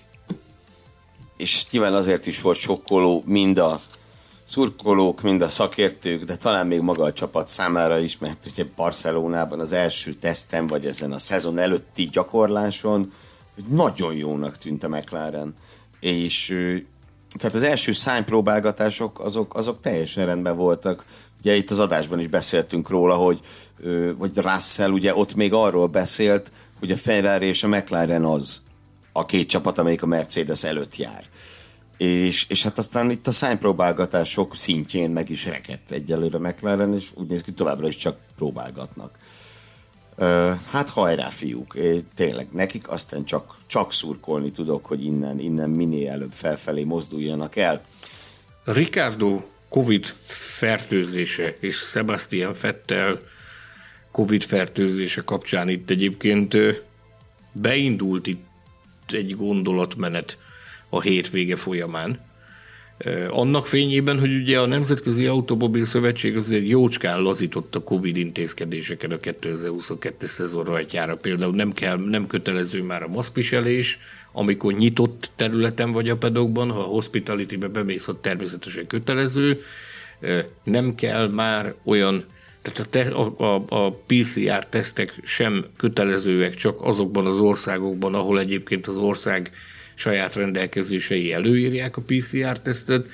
És nyilván azért is volt sokkoló mind a szurkolók, mind a szakértők, de talán még maga a csapat számára is, mert ugye Barcelonában az első teszten, vagy ezen a szezon előtti gyakorláson nagyon jónak tűnt a McLaren. És tehát az első szánypróbálgatások azok teljesen rendben voltak. Ugye itt az adásban is beszéltünk róla, hogy Russell ugye ott még arról beszélt, hogy a Ferrari és a McLaren az a két csapat, amelyik a Mercedes előtt jár. És hát aztán itt a szánypróbálgatások szintjén meg is rekedt egyelőre McLaren, és úgy néz ki, továbbra is csak próbálgatnak. Hát hajrá, fiúk, tényleg nekik aztán csak szurkolni tudok, hogy innen minél előbb felfelé mozduljanak el. Ricardo Covid fertőzése és Sebastian Vettel Covid fertőzése kapcsán itt egyébként beindult itt egy gondolatmenet a hétvége folyamán. Annak fényében, hogy ugye a Nemzetközi Automobil Szövetség azért jócskán lazított a Covid intézkedéseken a 2022 szezon rajtjára. Például nem kötelező már a maszkviselés, amikor nyitott területen vagy a pedokban, ha a hospitality-be bemész, ott természetesen kötelező. Nem kell már olyan, tehát a PCR-tesztek sem kötelezőek csak azokban az országokban, ahol egyébként az ország saját rendelkezései előírják a PCR-tesztet,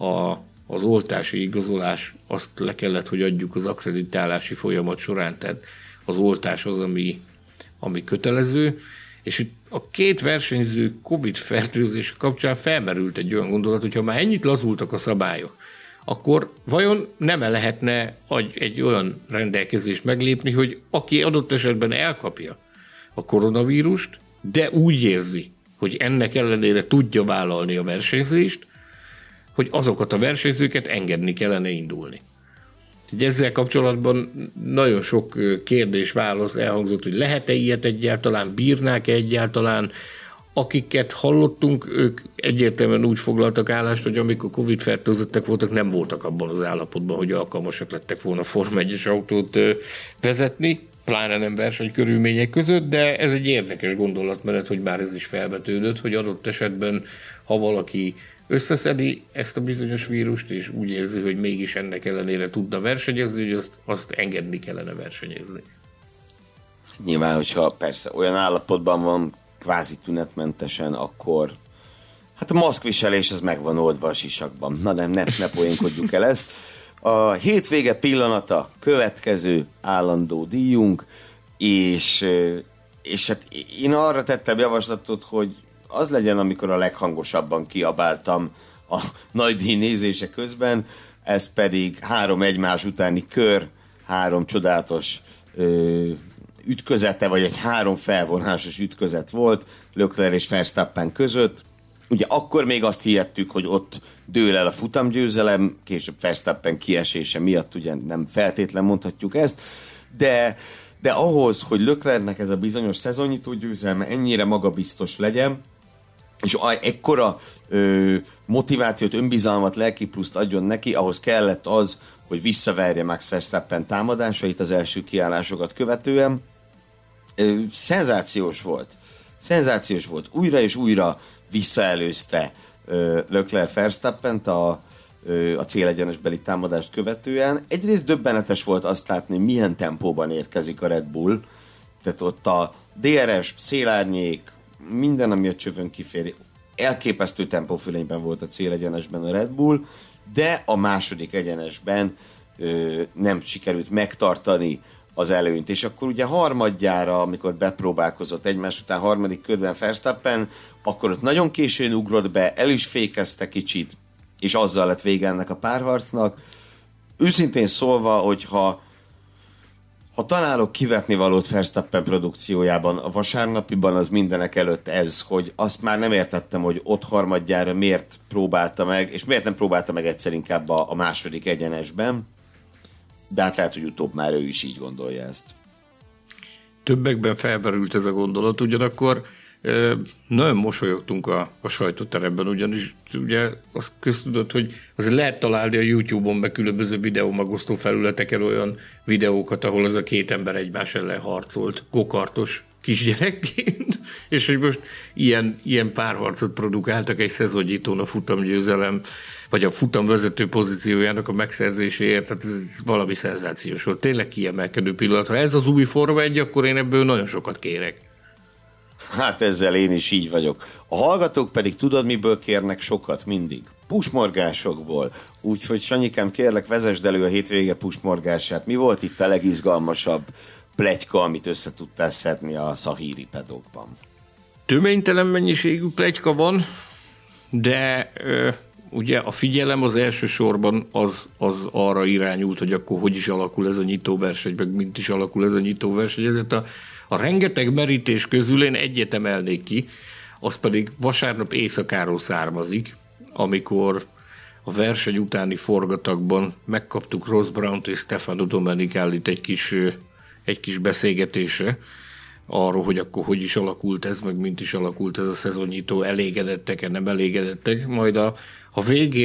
az oltási igazolás azt le kellett, hogy adjuk az akkreditálási folyamat során, tehát az oltás az, ami kötelező, és itt a két versenyző Covid fertőzés kapcsán felmerült egy olyan gondolat, hogyha már ennyit lazultak a szabályok, akkor vajon nem lehetne egy olyan rendelkezést meglépni, hogy aki adott esetben elkapja a koronavírust, de úgy érzi, hogy ennek ellenére tudja vállalni a versenyzést, hogy azokat a versenyzőket engedni kellene indulni. Ezzel kapcsolatban nagyon sok kérdés-válasz elhangzott, hogy lehet-e ilyet egyáltalán, bírnák-e egyáltalán. Akiket hallottunk, ők egyértelműen úgy foglaltak állást, hogy amikor Covid-fertőzöttek voltak, nem voltak abban az állapotban, hogy alkalmasak lettek volna Forma 1-es autót vezetni, pláne nem versenykörülmények között, de ez egy érdekes gondolatmenet, hogy már ez is felvetődött, hogy adott esetben, ha valaki összeszedi ezt a bizonyos vírust, és úgy érzi, hogy mégis ennek ellenére tudna versenyezni, hogy azt engedni kellene versenyezni. Nyilván, hogyha persze olyan állapotban van, kvázi tünetmentesen, akkor hát a maszkviselés az meg van oldva a sisakban. Na nem, ne poénkodjuk el ezt. A hétvége pillanata, következő állandó díjunk, és hát én arra tettem javaslatot, hogy az legyen, amikor a leghangosabban kiabáltam a nagy díj nézése közben, ez pedig 3 egymás utáni kör, 3 csodálatos ütközete, vagy egy 3 felvonásos ütközet volt Leclerc és Verstappen között. Ugye akkor még azt hihettük, hogy ott dől el a futamgyőzelem, később Verstappen kiesése miatt ugye nem feltétlen mondhatjuk ezt, de ahhoz, hogy Leclercnek ez a bizonyos szezonnyitó győzelme ennyire magabiztos legyen, és ekkora motivációt, önbizalmat, lelkipluszt adjon neki, ahhoz kellett az, hogy visszaverje Max Verstappen támadásait az első kiállásokat követően. Szenzációs volt. Szenzációs volt. Újra és újra visszaelőzte Leclerc Verstappent a célegyenesbeli támadást követően. Egyrészt döbbenetes volt azt látni, milyen tempóban érkezik a Red Bull. Tehát ott a DRS, szélárnyék, minden, ami a csövön kifér, elképesztő tempófölényben volt a célegyenesben a Red Bull, de a második egyenesben nem sikerült megtartani az előnyt. És akkor ugye harmadjára, amikor bepróbálkozott egymás után harmadik körben Verstappen, akkor ott nagyon későn ugrott be, el is fékezte kicsit, és azzal lett vége ennek a párharcnak. Őszintén szólva, hogyha találok kivetni valót Verstappen produkciójában, a vasárnapiban az mindenek előtt ez, hogy azt már nem értettem, hogy ott harmadjára miért próbálta meg, és miért nem próbálta meg egyszer inkább a második egyenesben, de hát lehet, hogy utóbb már ő is így gondolja ezt. Többekben felmerült ez a gondolat, ugyanakkor nagyon mosolyogtunk a sajtóteremben, ugyanis ugye azt köztudott, hogy azért lehet találni a YouTube-on be különböző videómagosztó felületeken olyan videókat, ahol az a két ember egymás ellen harcolt gokartos kisgyerekként, és hogy most ilyen párharcot produkáltak egy szezonnyitón a futamgyőzelem, vagy a futamvezető pozíciójának a megszerzéséért, tehát ez valami szenzációs volt. Tényleg kiemelkedő pillanat. Ha ez az új Forma 1, akkor én ebből nagyon sokat kérek. Hát ezzel én is így vagyok. A hallgatók pedig tudod, miből kérnek sokat mindig? Pusmorgásokból. Úgyhogy Sanyikám, kérlek, vezesd elő a hétvége pusmorgását. Mi volt itt a legizgalmasabb pletyka, amit össze tudtál szedni a Szahíri pedokban? Töménytelen mennyiségű pletyka van, de ugye a figyelem az elsősorban az arra irányult, hogy akkor hogy is alakul ez a nyitóverseny, meg mint is alakul ez a nyitóverseny. Ezért a rengeteg merítés közül én egyet emelnék ki, az pedig vasárnap éjszakáról származik, amikor a verseny utáni forgatagban megkaptuk Ross Brownt és Stefano Domenicallit egy kis beszélgetésre arról, hogy akkor hogy is alakult ez, meg mint is alakult ez a szezonnyitó, elégedettek-e, nem elégedettek. Majd a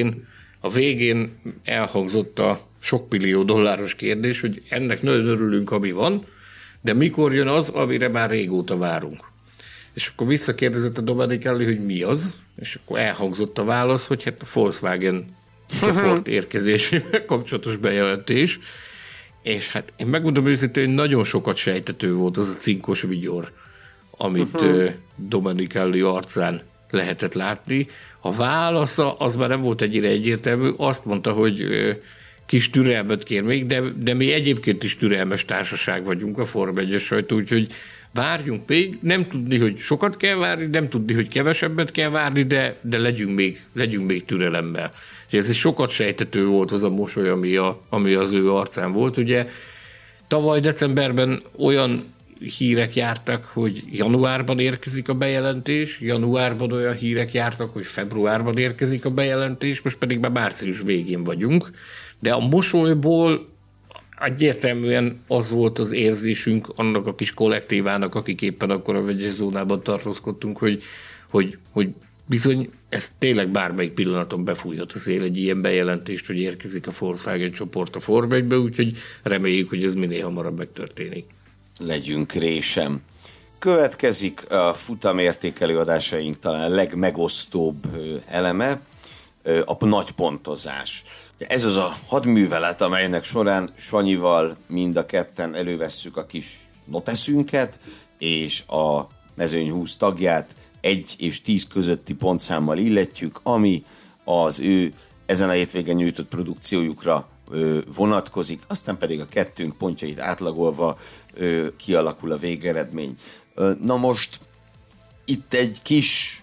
végén elhangzott a sok millió dolláros kérdés, hogy ennek nagyon örülünk, ami van, de mikor jön az, amire már régóta várunk. És akkor visszakérdezett a Domenicalli, hogy mi az, és akkor elhangzott a válasz, hogy hát a Volkswagen csoport érkezésével kapcsolatos bejelentés, és hát én megmondom őszintén, hogy nagyon sokat sejtető volt az a cinkos vigyor, amit Domenicalli arcán lehetett látni. A válasza az már nem volt ennyire egyértelmű, azt mondta, hogy kis türelmet kér még, de mi egyébként is türelmes társaság vagyunk a Form 1-es sajtó, úgyhogy várjunk még, nem tudni, hogy sokat kell várni, nem tudni, hogy kevesebbet kell várni, de legyünk még türelemmel. Ez egy sokat sejtető volt az a mosoly, ami az ő arcán volt. Ugye tavaly decemberben olyan hírek jártak, hogy januárban érkezik a bejelentés, januárban olyan hírek jártak, hogy februárban érkezik a bejelentés, most pedig már március végén vagyunk. De a mosolyból egyértelműen az volt az érzésünk annak a kis kollektívának, akik éppen akkor a vegyes zónában tartózkodtunk, hogy bizony ez tényleg bármelyik pillanaton befújhat a szél egy ilyen bejelentést, hogy érkezik a Volkswagen csoport a Form 1-be, úgyhogy reméljük, hogy ez minél hamarabb megtörténik. Legyünk résem. Következik a futamértékelő adásaink talán legmegosztóbb eleme, a nagy pontozás. Ez az a hadművelet, amelynek során Sanyival mind a ketten elővesszük a kis noteszünket, és a mezőny 20 tagját 1 és 10 közötti pontszámmal illetjük, ami az ő ezen a hétvégen nyújtott produkciójukra vonatkozik, aztán pedig a kettőnk pontjait átlagolva kialakul a végeredmény. Na most itt egy kis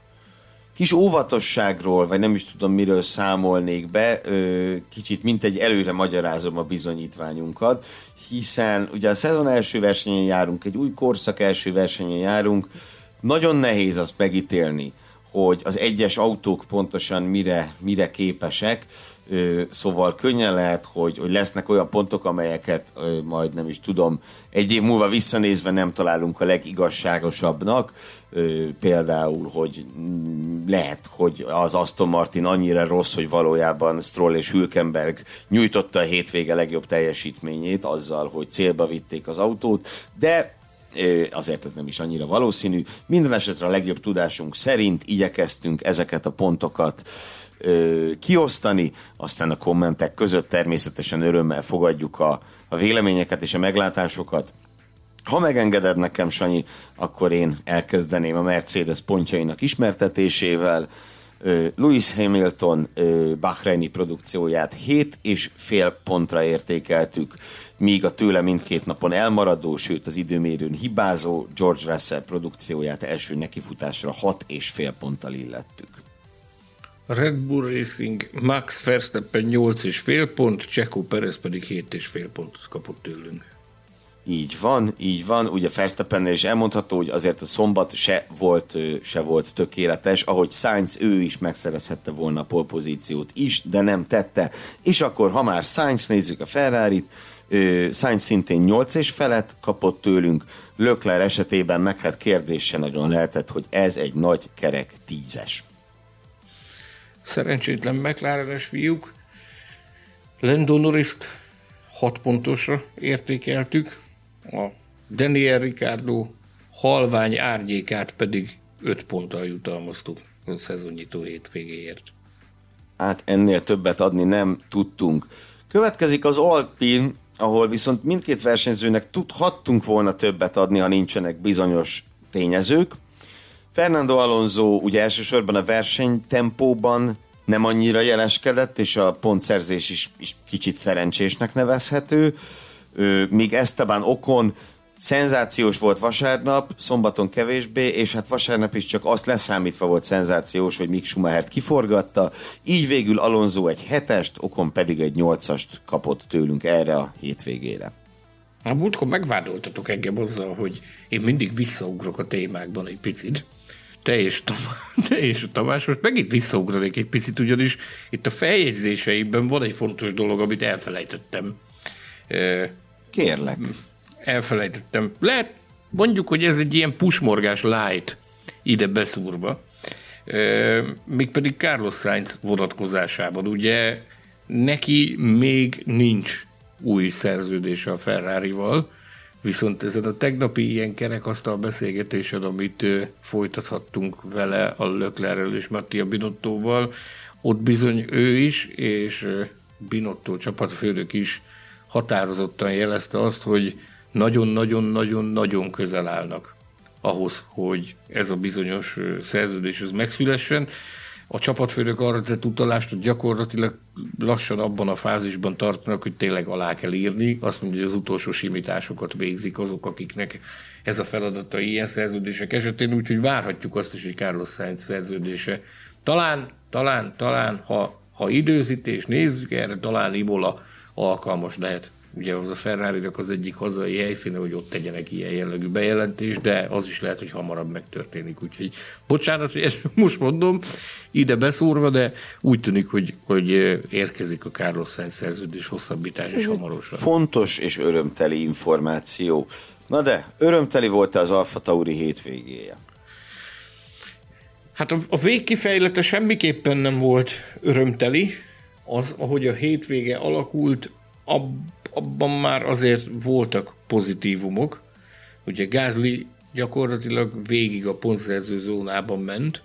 óvatosságról, vagy nem is tudom miről számolnék be, kicsit mint egy előre magyarázom a bizonyítványunkat, hiszen ugye a szezon első versenyen járunk, egy új korszak első versenyen járunk, nagyon nehéz azt megítélni, hogy az egyes autók pontosan mire képesek, szóval könnyen lehet, hogy lesznek olyan pontok, amelyeket majd nem is tudom, egy év múlva visszanézve nem találunk a legigazságosabbnak, például, hogy lehet, hogy az Aston Martin annyira rossz, hogy valójában Stroll és Hülkenberg nyújtotta a hétvége legjobb teljesítményét azzal, hogy célba vitték az autót, de azért ez nem is annyira valószínű. Minden esetre a legjobb tudásunk szerint igyekeztünk ezeket a pontokat kiosztani, aztán a kommentek között természetesen örömmel fogadjuk a véleményeket és a meglátásokat. Ha megengeded nekem, Sanyi, akkor én elkezdeném a Mercedes pontjainak ismertetésével. Lewis Hamilton bahreini produkcióját 7,5 pontra értékeltük, míg a tőle mindkét napon elmaradó, sőt az időmérőn hibázó George Russell produkcióját első nekifutásra 6,5 ponttal illettük. Red Bull Racing Max Verstappen 8,5 pont, Checo Perez pedig 7,5 pontot kapott tőlünk. Így van. Ugye Verstappennél is elmondható, hogy azért a szombat se volt tökéletes, ahogy Sainz ő is megszerezhette volna a pole pozíciót is, de nem tette. És akkor, ha már Sainz nézzük a Ferrarit, Sainz szintén 8 és felett kapott tőlünk, Leclerc esetében meg hát kérdés se nagyon lehetett, hogy ez egy nagy kerek 10-es. Szerencsétlen McLaren-es fiúk, Lando Norrist 6 pontosra értékeltük, a Daniel Ricciardo halvány árnyékát pedig 5 ponttal jutalmaztuk a szezonnyitó hétvégéért. Hát ennél többet adni nem tudtunk. Következik az Alpine, ahol viszont mindkét versenyzőnek tudhattunk volna többet adni, ha nincsenek bizonyos tényezők. Fernando Alonso ugye elsősorban a versenytempóban nem annyira jeleskedett, és a pontszerzés is kicsit szerencsésnek nevezhető. míg Esteban Ocon szenzációs volt vasárnap, szombaton kevésbé, és hát vasárnap is csak azt leszámítva volt szenzációs, hogy Mick Schumachert kiforgatta, így végül Alonso egy 7-est, Ocon pedig egy 8-ast kapott tőlünk erre a hétvégére. A múltkor megvádoltatok engem azzal, hogy én mindig visszaugrok a témákban egy picit. Te és a Tamás, most megint visszaugranék egy picit, ugyanis itt a feljegyzéseimben van egy fontos dolog, amit elfelejtettem. Kérlek. Elfelejtettem. Lehet, mondjuk, hogy ez egy ilyen pusmorgás light ide beszúrva. Mégpedig Carlos Sainz vonatkozásában. Ugye neki még nincs új szerződése a Ferrarival, viszont ezen a tegnapi ilyen kerekasztal beszélgetésen, amit folytathattunk vele a Leclerc-rel és Mattia Binottóval, ott bizony ő is, és Binotto csapatfőnök is határozottan jelezte azt, hogy nagyon-nagyon-nagyon-nagyon közel állnak ahhoz, hogy ez a bizonyos szerződés ez megszülessen. A csapatfőnök arra tett utalást, hogy gyakorlatilag lassan abban a fázisban tartanak, hogy tényleg alá kell írni. Azt mondja, hogy az utolsó simításokat végzik azok, akiknek ez a feladata ilyen szerződések esetén, úgyhogy várhatjuk azt is, hogy Carlos Sainz szerződése talán, ha időzítés nézzük erre, talán Imola alkalmas lehet. Ugye az a Ferrari-nak az egyik hazai helyszíne, hogy ott tegyenek ilyen jellegű bejelentést, de az is lehet, hogy hamarabb megtörténik. Úgyhogy bocsánat, hogy ezt most mondom, ide beszúrva, de úgy tűnik, hogy érkezik a Carlos Sainz szerződés hosszabbítás is hamarosan. Fontos és örömteli információ. Na de, örömteli volt-e az Alfa Tauri hétvégéje? Hát a végkifejlete semmiképpen nem volt örömteli. Az, ahogy a hétvége alakult, abban már azért voltak pozitívumok. Ugye Gasly gyakorlatilag végig a pontszerző zónában ment.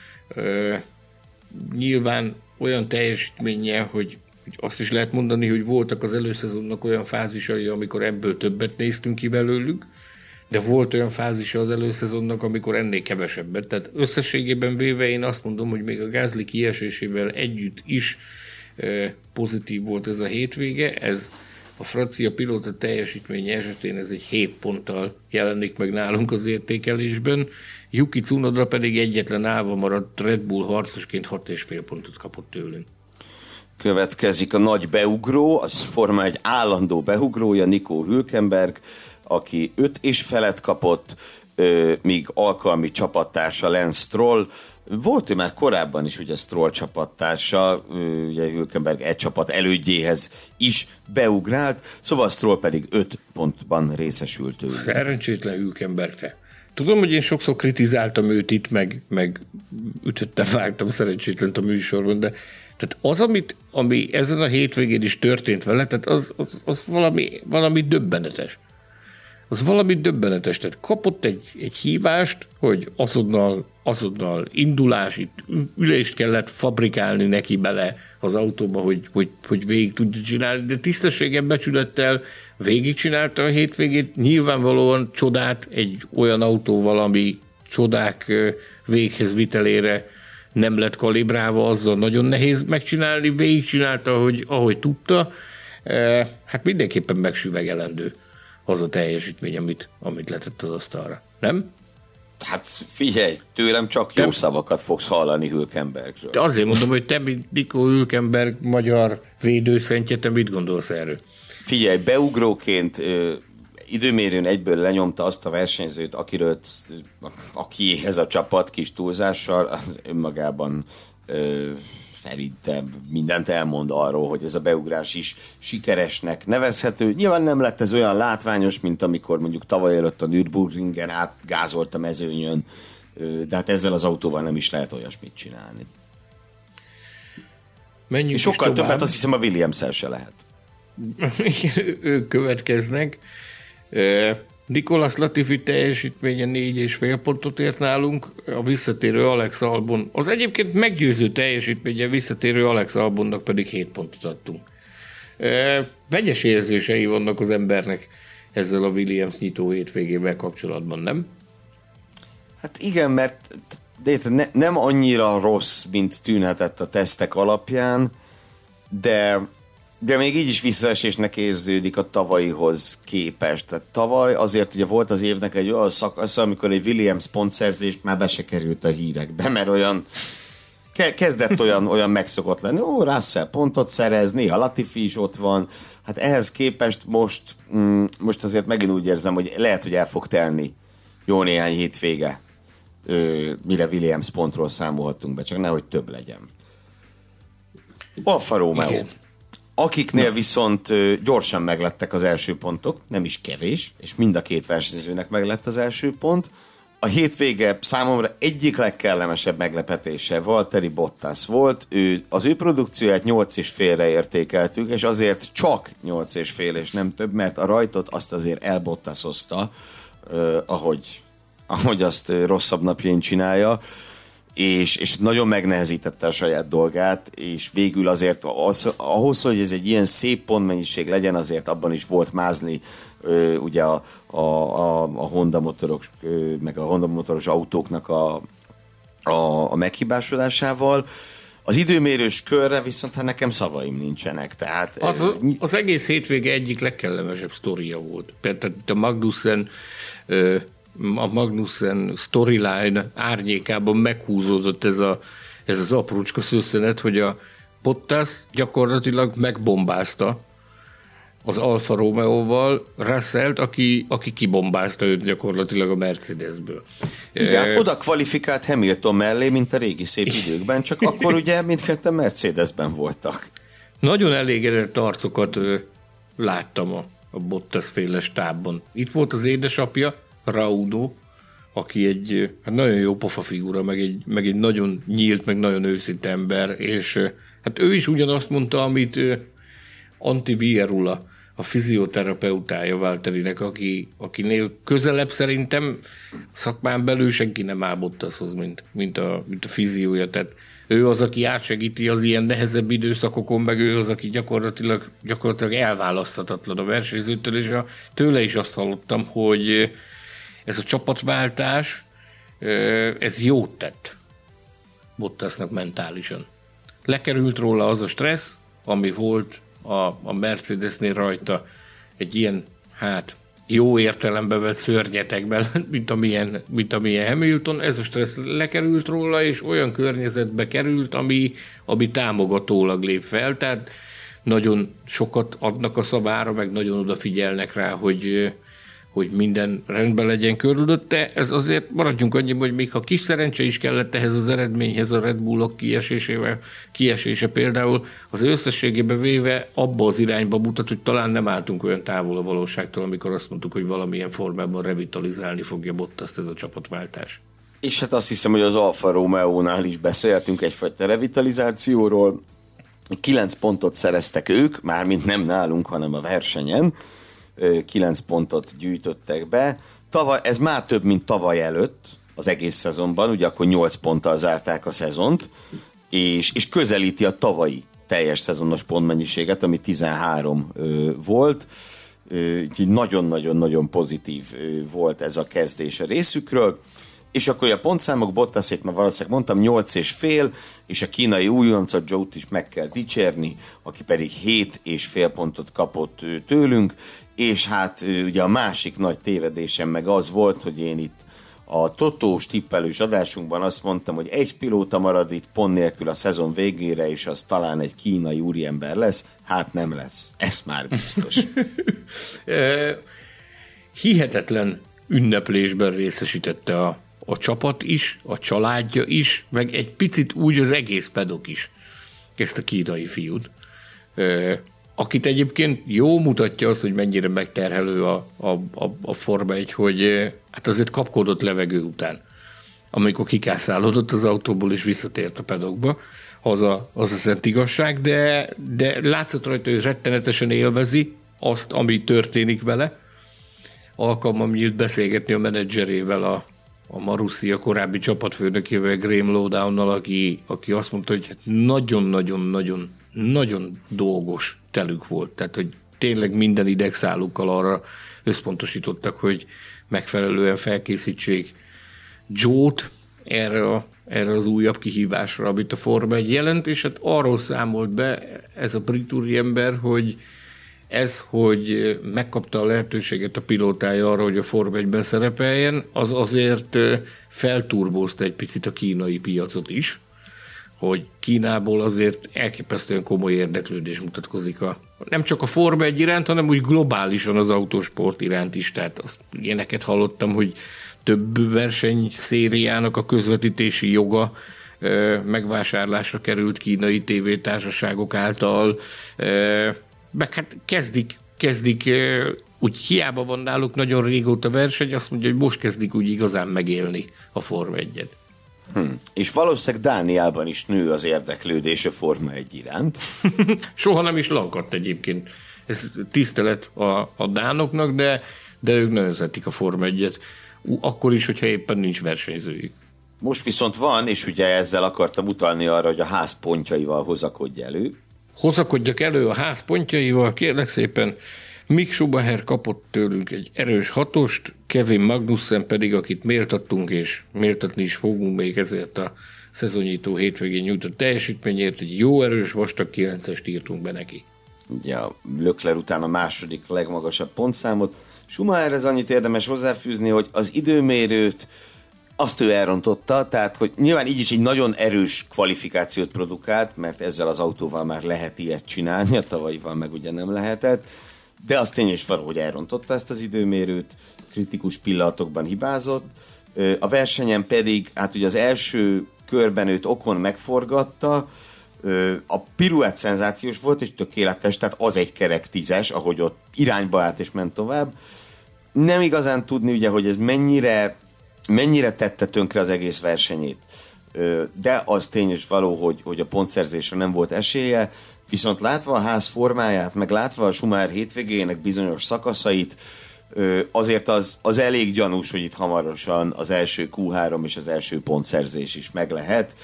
Nyilván olyan teljesítménnyel, hogy azt is lehet mondani, hogy voltak az előszezonnak olyan fázisai, amikor ebből többet néztünk ki belőlük, de volt olyan fázisa az előszezonnak, amikor ennél kevesebbet. Tehát összességében véve én azt mondom, hogy még a Gasly kiesésével együtt is pozitív volt ez a hétvége. Ez a francia pilóta teljesítménye esetén ez egy 7 ponttal jelenik meg nálunk az értékelésben. Yuki Tsunoda pedig egyetlen állva maradt Red Bull harcosként 6,5 pontot kapott tőlünk. Következik a nagy beugró, az Forma 1 állandó beugrója, Nico Hülkenberg, aki 5 és felet kapott, míg alkalmi csapattársa Lance Stroll. Volt ő már korábban is ugye Stroll csapattársa, ugye Hülkenberg egy csapat elődjéhez is beugrált, szóval Stroll pedig 5 pontban részesült tőle. Szerencsétlen Hülkenberg, te. Tudom, hogy én sokszor kritizáltam őt itt, meg ütöttem, vágtam szerencsétlent a műsorban, de tehát az, ami ezen a hétvégén is történt vele, tehát az valami döbbenetes. Az valami döbbenetes, tehát kapott egy hívást, hogy azonnal indulás, itt ülést kellett fabrikálni neki bele az autóba, hogy végig tudja csinálni, de tisztességen, becsülettel végig csinálta a hétvégét, nyilvánvalóan csodát egy olyan autóval, ami csodák véghez vitelére nem lett kalibrálva, azzal nagyon nehéz megcsinálni, végigcsinálta, ahogy tudta, hát mindenképpen megsüvegelendő az a teljesítmény, amit letett az asztalra. Nem? Hát figyelj, tőlem csak jó szavakat fogsz hallani Hülkenbergről. De azért mondom, hogy te, mint Nico Hülkenberg magyar védőszentje, te mit gondolsz erről? Figyelj, beugróként időmérőn egyből lenyomta azt a versenyzőt, akihez a csapat kis túlzással, az önmagában szerintem mindent elmond arról, hogy ez a beugrás is sikeresnek nevezhető. Nyilván nem lett ez olyan látványos, mint amikor mondjuk tavaly előtt a Nürburgringen átgázolt a mezőnyön, de hát ezzel az autóval nem is lehet olyasmit csinálni. Menjünk és sokkal többet azt hiszem a Williams-el se lehet. Igen, ők következnek. Nicolas Latifi teljesítménye 4,5 pontot ért nálunk, a visszatérő Alex Albon. Az egyébként meggyőző teljesítménye visszatérő Alex Albonnak pedig 7 pontot adtunk. Vegyes érzései vannak az embernek ezzel a Williams nyitó hétvégével kapcsolatban, nem? Hát igen, mert nem annyira rossz, mint tűnhetett a tesztek alapján, de De még így is visszaesésnek érződik a tavalyihoz képest. Tehát tavaly azért ugye volt az évnek egy olyan szakasza, amikor egy Williams pontszerzést már be se került a hírekbe, mert olyan kezdett olyan megszokott lenni. Russell pontot szerez, néha Latifi is ott van. Hát ehhez képest most azért megint úgy érzem, hogy lehet, hogy el fog telni jó néhány hétvége, mire Williams pontról számolhatunk be, csak nehogy több legyen. Alfa Romeo. Igen. Akiknél viszont gyorsan meglettek az első pontok, nem is kevés, és mind a két versenyzőnek meglett az első pont. A hétvége számomra egyik legkellemesebb meglepetése Valtteri Bottas volt. Az ő produkcióját 8,5-re értékeltük, és azért csak 8,5 és nem több, mert a rajtot azt azért elbottaszozta, ahogy azt rosszabb napjain csinálja. És nagyon megnehezítette a saját dolgát, és végül azért ahhoz, hogy ez egy ilyen szép pontmennyiség legyen, azért abban is volt mázni ugye a Honda motorok, meg a Honda motoros autóknak a meghibásodásával. Az időmérős körre viszont hát nekem szavaim nincsenek. Tehát, az egész hétvége egyik legkellemesebb sztoria volt. Például a Magnussen storyline árnyékában meghúzódott ez az aprócska szőszenet, hogy a Bottas gyakorlatilag megbombázta az Alfa Romeo-val Russellt, aki kibombázta őt gyakorlatilag a Mercedesből. Igen, oda kvalifikált Hamilton mellé, mint a régi szép időkben, csak akkor ugye mindketten Mercedesben voltak. Nagyon elégedett arcokat láttam a Bottas féle stábban. Itt volt az édesapja, Raudo, aki egy nagyon jó pofa figura, meg egy nagyon nyílt, meg nagyon őszinte ember, és hát ő is ugyanazt mondta, amit Antti Vierula, a fizioterapeutája Valtterinek, akinél közelebb szerintem szakmán belül senki nem áll Bottashoz, mint a fiziója, tehát ő az, aki átsegíti az ilyen nehezebb időszakokon, meg ő az, aki gyakorlatilag elválaszthatatlan a versenyzőtől, és tőle is azt hallottam, hogy ez a csapatváltás, ez jót tett Bottasnak mentálisan. Lekerült róla az a stressz, ami volt a Mercedesnél rajta egy ilyen, jó értelembe vett szörnyetekben, mint amilyen Hamilton. Ez a stressz lekerült róla, és olyan környezetbe került, ami támogatólag lép fel, tehát nagyon sokat adnak a szavára, meg nagyon odafigyelnek rá, hogy minden rendben legyen körülötte. Ez azért maradjunk annyi, hogy még ha kis szerencse is kellett ehhez az eredményhez, a Red Bullok kiesése például, az összességében véve abba az irányba mutat, hogy talán nem álltunk olyan távol a valóságtól, amikor azt mondtuk, hogy valamilyen formában revitalizálni fogja Bottaszt ez a csapatváltás. És hát azt hiszem, hogy az Alfa Romeo-nál is beszéltünk egyfajta revitalizációról. 9 pontot szereztek ők, mármint nem nálunk, hanem a versenyen. 9 pontot gyűjtöttek be. Ez már több, mint tavaly előtt az egész szezonban, ugye akkor 8 ponttal zárták a szezont, és közelíti a tavalyi teljes szezonos pontmennyiséget, ami 13 volt. Úgyhogy nagyon-nagyon-nagyon pozitív volt ez a kezdés a részükről. És akkor a pontszámok, Bottasét már valószínűleg mondtam, 8,5, és a kínai újoncot, Zhou-t is meg kell dicsérni, aki pedig 7,5 pontot kapott tőlünk, és hát ugye a másik nagy tévedésem meg az volt, hogy én itt a totós tippelős adásunkban azt mondtam, hogy egy pilóta marad itt pont nélkül a szezon végére, és az talán egy kínai úriember lesz. Hát nem lesz. Ez már biztos. Hihetetlen ünneplésben részesítette a csapat is, a családja is, meg egy picit úgy az egész pedok is ezt a kínai fiút. Akit egyébként jó mutatja azt, hogy mennyire megterhelő a Forma 1, hogy hát azért kapkodott levegő után, amikor kikászálódott az autóból és visszatért a pedokba, az a szent igazság, de látszott rajta, hogy rettenetesen élvezi azt, ami történik vele. Alkalmam nyílt beszélgetni a menedzserével, a Marussi, a korábbi csapatfőnökével, Graham Lowdownnal, aki azt mondta, hogy hát nagyon dolgos telük volt. Tehát, hogy tényleg minden idegszálukkal arra összpontosítottak, hogy megfelelően felkészítsék Joe-t erre erre az újabb kihívásra, amit a Forma 1 jelent, és hát arról számolt be ez a brit úriember, hogy hogy megkapta a lehetőséget a pilótája arra, hogy a Forma 1-ben szerepeljen, az azért felturbózta egy picit a kínai piacot is, hogy Kínából azért elképesztően komoly érdeklődés mutatkozik nem csak a Forma 1 iránt, hanem úgy globálisan az autósport iránt is. Tehát azt ilyeneket hallottam, hogy több versenyszériának a közvetítési joga megvásárlásra került kínai tévétársaságok által, meg hát kezdik úgy hiába van náluk nagyon régóta verseny, azt mondja, hogy most kezdik úgy igazán megélni a Forma 1-et. És valószínűleg Dániában is nő az érdeklődés a Forma 1 iránt. Soha nem is lankadt egyébként. Ez tisztelet a dánoknak, de ők nagyon szeretik a Forma 1-et. Akkor is, hogyha éppen nincs versenyzőjük. Most viszont van, és ugye ezzel akartam utalni arra, hogy a ház pontjaival hozakodj elő. Hozakodjak elő a ház pontjaival, kérlek szépen. Mick Schumacher kapott tőlünk egy erős hatost, Kevin Magnussen pedig, akit méltattunk, és méltatni is fogunk még ezért a szezonnyitó hétvégén nyújtott teljesítményért, egy jó erős vastag 9-est írtunk be neki. Ugye a Leclerc után a második legmagasabb pontszámot. Schumacherhez annyit érdemes hozzáfűzni, hogy az időmérőt azt ő elrontotta, tehát hogy nyilván így is egy nagyon erős kvalifikációt produkált, mert ezzel az autóval már lehet ilyet csinálni, a tavalyival meg ugye nem lehetett, de az tény és való, hogy elrontotta ezt az időmérőt, kritikus pillanatokban hibázott. A versenyen pedig, hát ugye az első körben őt Ocon megforgatta, a piruett szenzációs volt és tökéletes, tehát az egy kerek 10-es, ahogy ott irányba állt és ment tovább. Nem igazán tudni ugye, hogy ez mennyire tette tönkre az egész versenyét, de az tény és való, hogy a pontszerzésre nem volt esélye, viszont látva a ház formáját, meg látva a Schumacher hétvégének bizonyos szakaszait, azért az elég gyanús, hogy itt hamarosan az első Q3 és az első pontszerzés is meg lehet,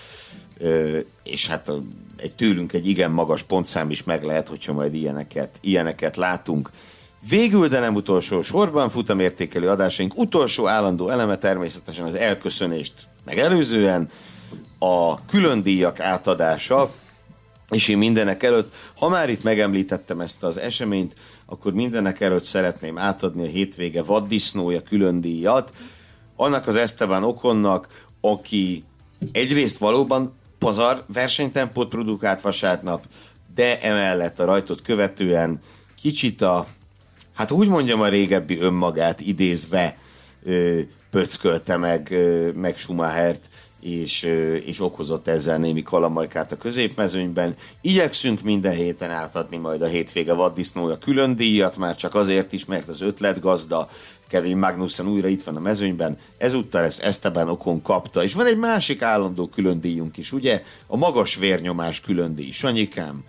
és hát tőlünk egy igen magas pontszám is meg lehet, hogyha majd ilyeneket látunk. Végül, de nem utolsó sorban, futamértékelő adásaink utolsó állandó eleme természetesen az elköszönést megelőzően a különdíjak átadása, és én mindenek előtt, ha már itt megemlítettem ezt az eseményt, akkor mindenek előtt szeretném átadni a hétvége vaddisznója különdíjat, annak az Esteban Oconnak, aki egyrészt valóban pazar versenytempót produkált vasárnap, de emellett a rajtot követően kicsit hát úgy mondjam, a régebbi önmagát idézve pöckölte meg Schumachert, és okozott ezzel némi kalamajkát a középmezőnyben. Igyekszünk minden héten átadni majd a hétvége vaddisznója külön díjat, már csak azért is, mert az ötletgazda Kevin Magnussen újra itt van a mezőnyben, ezúttal ezt Esteban Ocon kapta, és van egy másik állandó külön díjunk is, ugye, a magas vérnyomás külön díj. Sanyikám,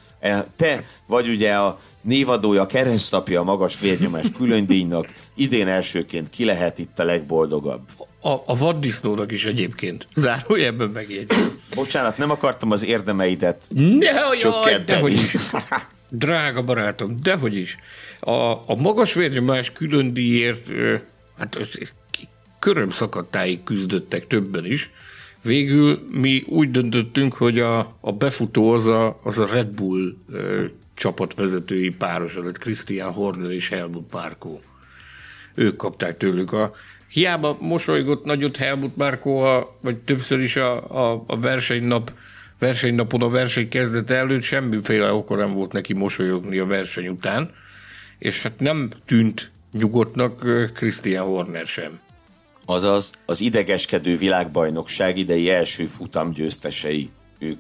te vagy ugye a névadója, a keresztapja a magas vérnyomás különdíjnak, idén elsőként ki lehet itt a legboldogabb? A vaddisznónak is egyébként. Zárójelben megjegyzem. Bocsánat, nem akartam az érdemeidet csökkenteni. Dehogy is. Drága barátom, dehogy is. A magas vérnyomás különdíjért hát körömszakadtáig küzdöttek többen is. Végül mi úgy döntöttünk, hogy a befutó az a Red Bull csapatvezetői páros előtt, Christian Horner és Helmut Marko. Ők kapták tőlük hiába mosolygott nagyot Helmut Marko, vagy többször is a versenynapon a verseny kezdete előtt, semmiféle oka nem volt neki mosolyogni a verseny után, és hát nem tűnt nyugodtnak Christian Horner sem. Azaz az idegeskedő világbajnokság idei első futam győztesei ők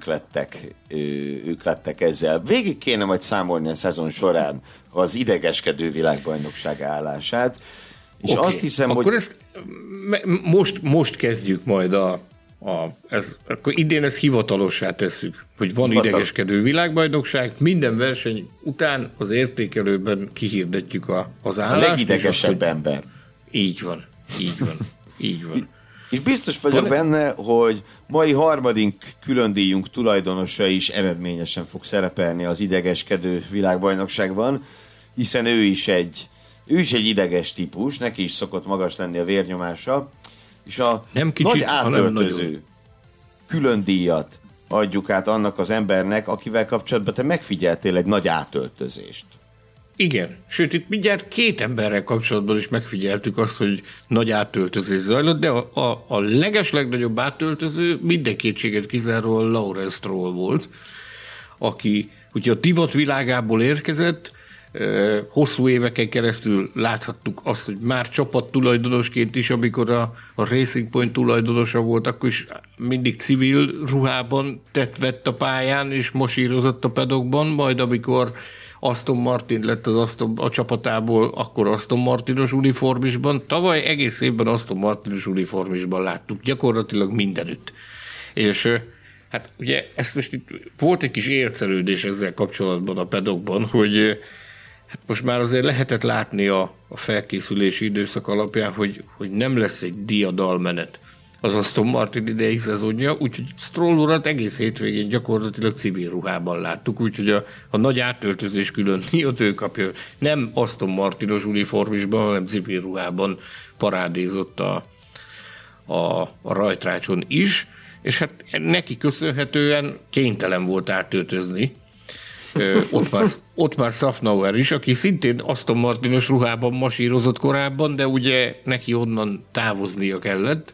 lettek ezzel. Végig kéne majd számolni a szezon során az idegeskedő világbajnokság állását, és azt hiszem, akkor hogy... ezt most kezdjük majd akkor idén ezt hivatalossá tesszük, hogy van idegeskedő világbajnokság, minden verseny után az értékelőben kihirdetjük az állást. A legidegesebb ember. Így van. És biztos vagyok benne, hogy mai harmadik különdíjunk tulajdonosa is eredményesen fog szerepelni az idegeskedő világbajnokságban, hiszen ő is egy ideges típus, neki is szokott magas lenni a vérnyomása, és a nem kicsit, nagy átöltöző, külön díjat adjuk át annak az embernek, akivel kapcsolatban te megfigyeltél egy nagy átöltözést. Igen, sőt itt mindjárt 2 emberrel kapcsolatban is megfigyeltük azt, hogy nagy átöltözés zajlott, de a legeslegnagyobb átöltöző minden kétséget kizáróan Lawrence Stroll volt, aki ugye a divat világából érkezett, hosszú éveken keresztül láthattuk azt, hogy már csapattulajdonosként is, amikor a Racing Point tulajdonosa volt, akkor is mindig civil ruhában vett a pályán, és mosírozott a paddockban, majd amikor Aston Martin lett a csapatából, akkor Aston Martinos uniformisban. Tavaly egész évben Aston Martinos uniformisban láttuk, gyakorlatilag mindenütt. És hát ugye ezt most itt volt egy kis ércelődés ezzel kapcsolatban a paddockban, hogy hát most már azért lehetett látni a felkészülési időszak alapján, hogy nem lesz egy diadalmenet az Aston Martin idei szezonja, úgyhogy Stroll urat egész hétvégén gyakorlatilag civil ruhában láttuk, úgyhogy a nagy átöltözés külön díjat ő kapja. Nem Aston Martinos uniformisban, hanem civil ruhában parádézott a rajtrácson is, és hát neki köszönhetően kénytelen volt átöltözni ott már Szafnauer is, aki szintén Aston Martinos ruhában masírozott korábban, de ugye neki onnan távoznia kellett,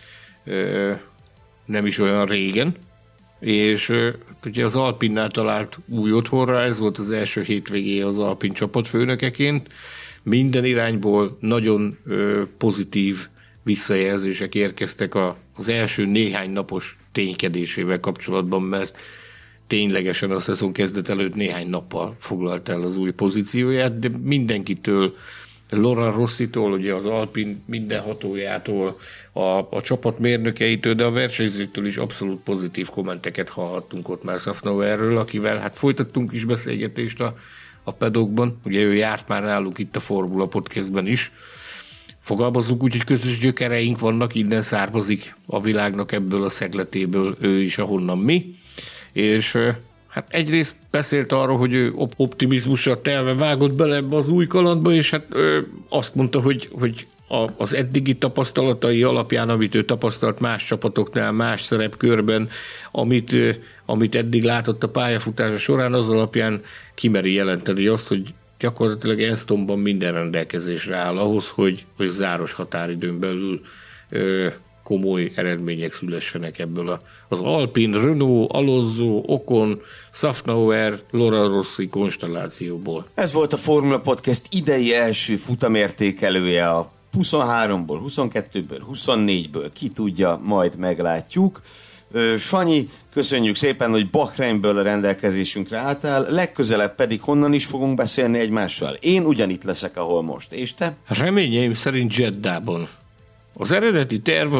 nem is olyan régen, és ugye az Alpinnál talált új otthonra, ez volt az első hétvégéje az Alpin csapatfőnökeként, minden irányból nagyon pozitív visszajelzések érkeztek az első néhány napos ténykedésével kapcsolatban, mert ténylegesen a szezon kezdet előtt néhány nappal foglalt el az új pozícióját, de mindenkitől, Laurent Rossitól, ugye az Alpin minden hatójától, a csapat mérnökeitől, de a versenyzőktől is abszolút pozitív kommenteket hallhattunk ott már Szafnauerről, akivel hát folytattunk is beszélgetést a paddockban, ugye ő járt már náluk itt a Formula Podcastben is. Fogalmazunk úgy, hogy közös gyökereink vannak, innen származik a világnak ebből a szegletéből ő is, ahonnan mi. És hát egyrészt beszélt arról, hogy ő optimizmussal telve vágott bele ebbe az új kalandba, és hát azt mondta, hogy az eddigi tapasztalatai alapján, amit ő tapasztalt más csapatoknál, más szerepkörben, amit eddig látott a pályafutása során, az alapján kimeri jelenteni azt, hogy gyakorlatilag Astonban minden rendelkezésre áll ahhoz, hogy záros határidőn belül komoly eredmények szülessenek ebből az Alpine, Renault, Alonso, Ocon, Szafnauer, Laurent Rossi konstellációból. Ez volt a Formula Podcast idei első futamértékelője a 23-ból, 22-ből, 24-ből, ki tudja, majd meglátjuk. Sanyi, köszönjük szépen, hogy Bahreinből a rendelkezésünkre álltál, legközelebb pedig honnan is fogunk beszélni egymással. Én ugyanitt leszek, ahol most, és te? Reményeim szerint Jeddában. Az eredeti terv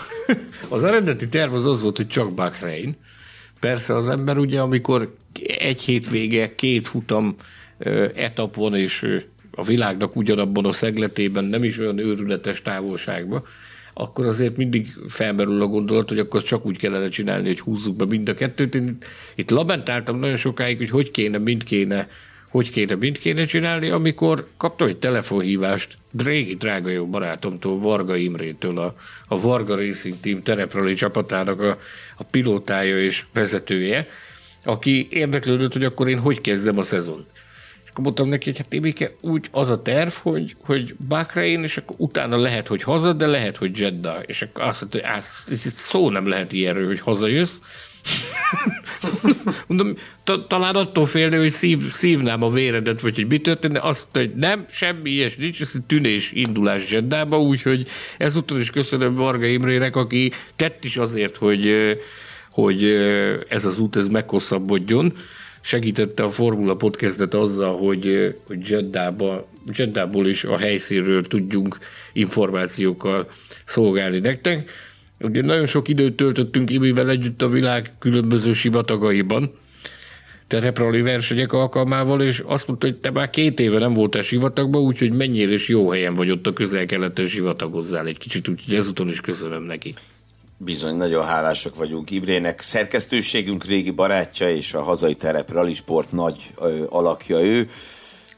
az volt, hogy csak Bahrein. Persze az ember ugye, amikor egy hétvége, 2 futam etap van, és a világnak ugyanabban a szegletében, nem is olyan őrületes távolságban, akkor azért mindig felmerül a gondolat, hogy akkor csak úgy kellene csinálni, hogy húzzuk be mind a kettőt. Én itt lamentáltam nagyon sokáig, hogy hogy kéne mind kéne csinálni, amikor kaptam egy telefonhívást drága jó barátomtól, Varga Imrétől, a Varga Racing Team tereprali csapatának a pilótája és vezetője, aki érdeklődött, hogy akkor én hogy kezdem a szezon. És akkor mondtam neki, hogy hát Imike, úgy az a terv, hogy Bahrein, és akkor utána lehet, hogy haza, de lehet, hogy Jeddah. És akkor azt mondta, hogy szó nem lehet ilyenről, hogy hazajössz. Mondom, talán attól félni, hogy szívnám a véredet, vagy hogy mi történne, azt mondta, hogy nem, semmi ilyes nincs, ez egy tűnés indulás Jeddába, úgyhogy ezúttal is köszönöm Varga Imrének, aki tett is azért, hogy ez az út ez meghosszabbodjon. Segítette a Formula Podcastet azzal, hogy Jeddából is a helyszínről tudjunk információkkal szolgálni nektek. Ugye nagyon sok időt töltöttünk Imivel együtt a világ különböző sivatagaiban, tereprali versenyek alkalmával, és azt mondta, hogy te már 2 éve nem voltál sivatagban, úgyhogy mennyire is jó helyen vagy ott a közel-keleten sivatagozzál egy kicsit, úgyhogy ezúton is köszönöm neki. Bizony, nagyon hálásak vagyunk Imrének. Szerkesztőségünk régi barátja és a hazai tereprali sport nagy alakja ő.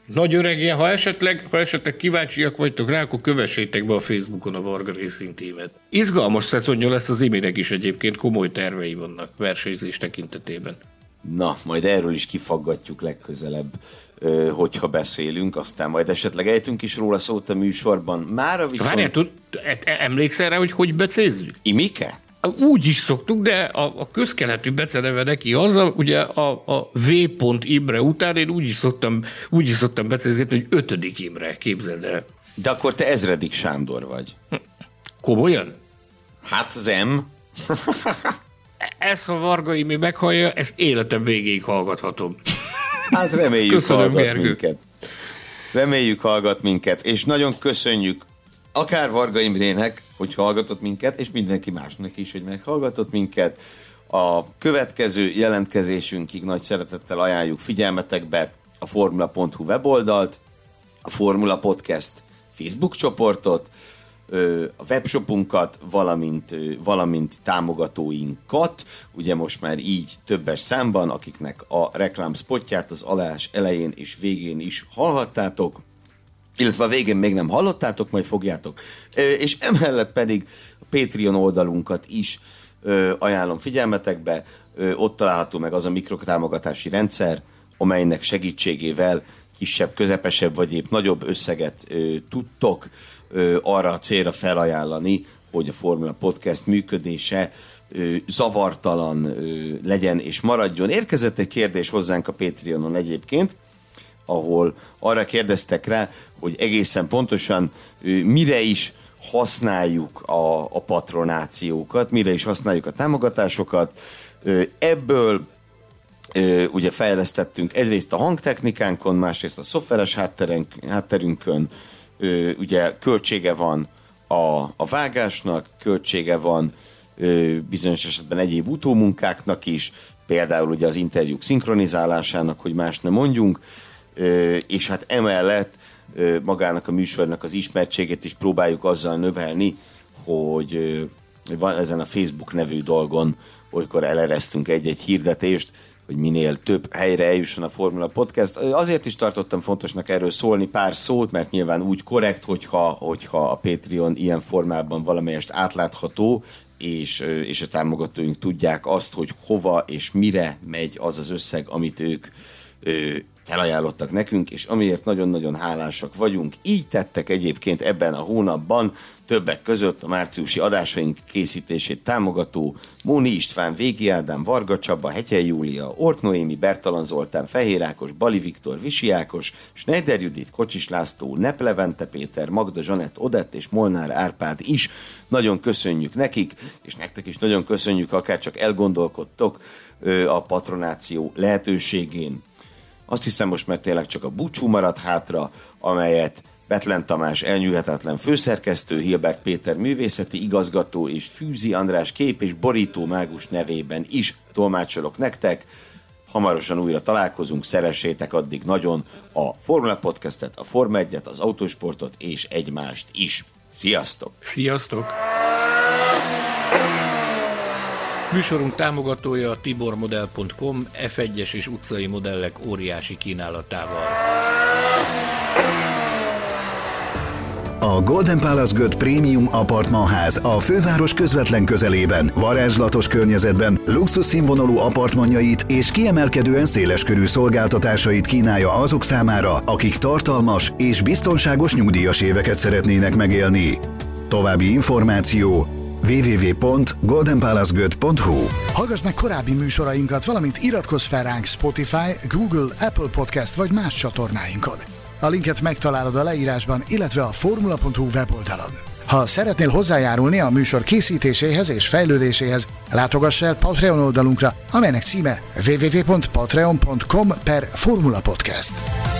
Nagy öregje, ha esetleg kíváncsiak vagytok rá, akkor kövessétek be a Facebookon a Varga Racing Teamet. Izgalmas szezonja lesz az Iminek is egyébként, komoly tervei vannak versenyzés tekintetében. Na, majd erről is kifaggatjuk legközelebb, hogyha beszélünk, aztán majd esetleg ejtünk is róla szót a műsorban. Mára viszont... Várjál, emlékszel rá, hogy becézzük? Imike? Úgy is szoktuk, de a közkeletű beceneve neki az, ugye a V. Imre után én úgy is szoktam becézgetni, hogy 5. Imre, képzeld el. De akkor te ezredik Sándor vagy. Komolyan? Hát az M. Ezt, ha Varga Imi meghallja, ezt életem végéig hallgathatom. Hát reméljük, köszönöm, hallgat Gergő. minket. Reméljük, hallgat minket, és nagyon köszönjük akár Varga Imrének, hogy hallgatott minket, és mindenki másnak is, hogy meghallgatott minket. A következő jelentkezésünkig nagy szeretettel ajánljuk figyelmetekbe a formula.hu weboldalt, a Formula Podcast Facebook csoportot, a webshopunkat, valamint támogatóinkat, ugye most már így többes számban, akiknek a reklámspotját az adás elején és végén is hallhattátok, illetve a végén még nem hallottátok, majd fogjátok. És emellett pedig a Patreon oldalunkat is ajánlom figyelmetekbe, ott található meg az a mikrotámogatási rendszer, amelynek segítségével kisebb, közepesebb vagy épp nagyobb összeget tudtok arra a célra felajánlani, hogy a Formula Podcast működése zavartalan legyen és maradjon. Érkezett egy kérdés hozzánk a Patreonon egyébként, ahol arra kérdeztek rá, hogy egészen pontosan mire is használjuk a patronációkat, mire is használjuk a támogatásokat. Ebből ugye fejlesztettünk egyrészt a hangtechnikánkon, másrészt a szoftveres hátterünkön, ugye költsége van a vágásnak, költsége van bizonyos esetben egyéb utómunkáknak is, például ugye az interjúk szinkronizálásának, hogy más nem mondjunk, és hát emellett magának a műsornak az ismertségét is próbáljuk azzal növelni, hogy van ezen a Facebook nevű dolgon, olykor eleresztünk egy-egy hirdetést, hogy minél több helyre eljusson a Formula Podcast. Azért is tartottam fontosnak erről szólni pár szót, mert nyilván úgy korrekt, hogyha a Patreon ilyen formában valamelyest átlátható, és a támogatóink tudják azt, hogy hova és mire megy az az összeg, amit ők felajánlottak nekünk, és amiért nagyon-nagyon hálásak vagyunk. Így tettek egyébként ebben a hónapban többek között a márciusi adásaink készítését támogató Móni István, Végi Ádám, Varga Csaba, Hegyei Júlia, Ort Noémi, Bertalan Zoltán, Fehér Ákos, Bali Viktor, Visi Ákos, Schneider Judit, Kocsis László, Nepp Levente Péter, Magda Zsanett, Odett és Molnár Árpád is. Nagyon köszönjük nekik, és nektek is nagyon köszönjük, akár csak elgondolkodtok a patronáció lehetőségén. Azt hiszem, most már tényleg csak a búcsú maradt hátra, amelyet Betlen Tamás elnyűhetetlen főszerkesztő, Hilbert Péter művészeti igazgató és Fűzi András kép és borító mágus nevében is tolmácsolok nektek. Hamarosan újra találkozunk, szeressétek addig nagyon a Formula Podcastet, a Forma 1-et, az autósportot és egymást is. Sziasztok! Sziasztok! Műsorunk támogatója a tibormodel.com, F1-es és utcai modellek óriási kínálatával. A Golden Palace Göt Prémium Apartmanház a főváros közvetlen közelében, varázslatos környezetben luxus színvonalú apartmanjait és kiemelkedően széleskörű szolgáltatásait kínálja azok számára, akik tartalmas és biztonságos nyugdíjas éveket szeretnének megélni. További információ www.goldenpalacegöt.hu. Hallgass meg korábbi műsorainkat, valamint iratkozz fel ránk Spotify, Google, Apple Podcast vagy más csatornáinkon. A linket megtalálod a leírásban, illetve a formula.hu weboldalon. Ha szeretnél hozzájárulni a műsor készítéséhez és fejlődéséhez, látogass el Patreon oldalunkra, amelynek címe www.patreon.com/formulapodcast.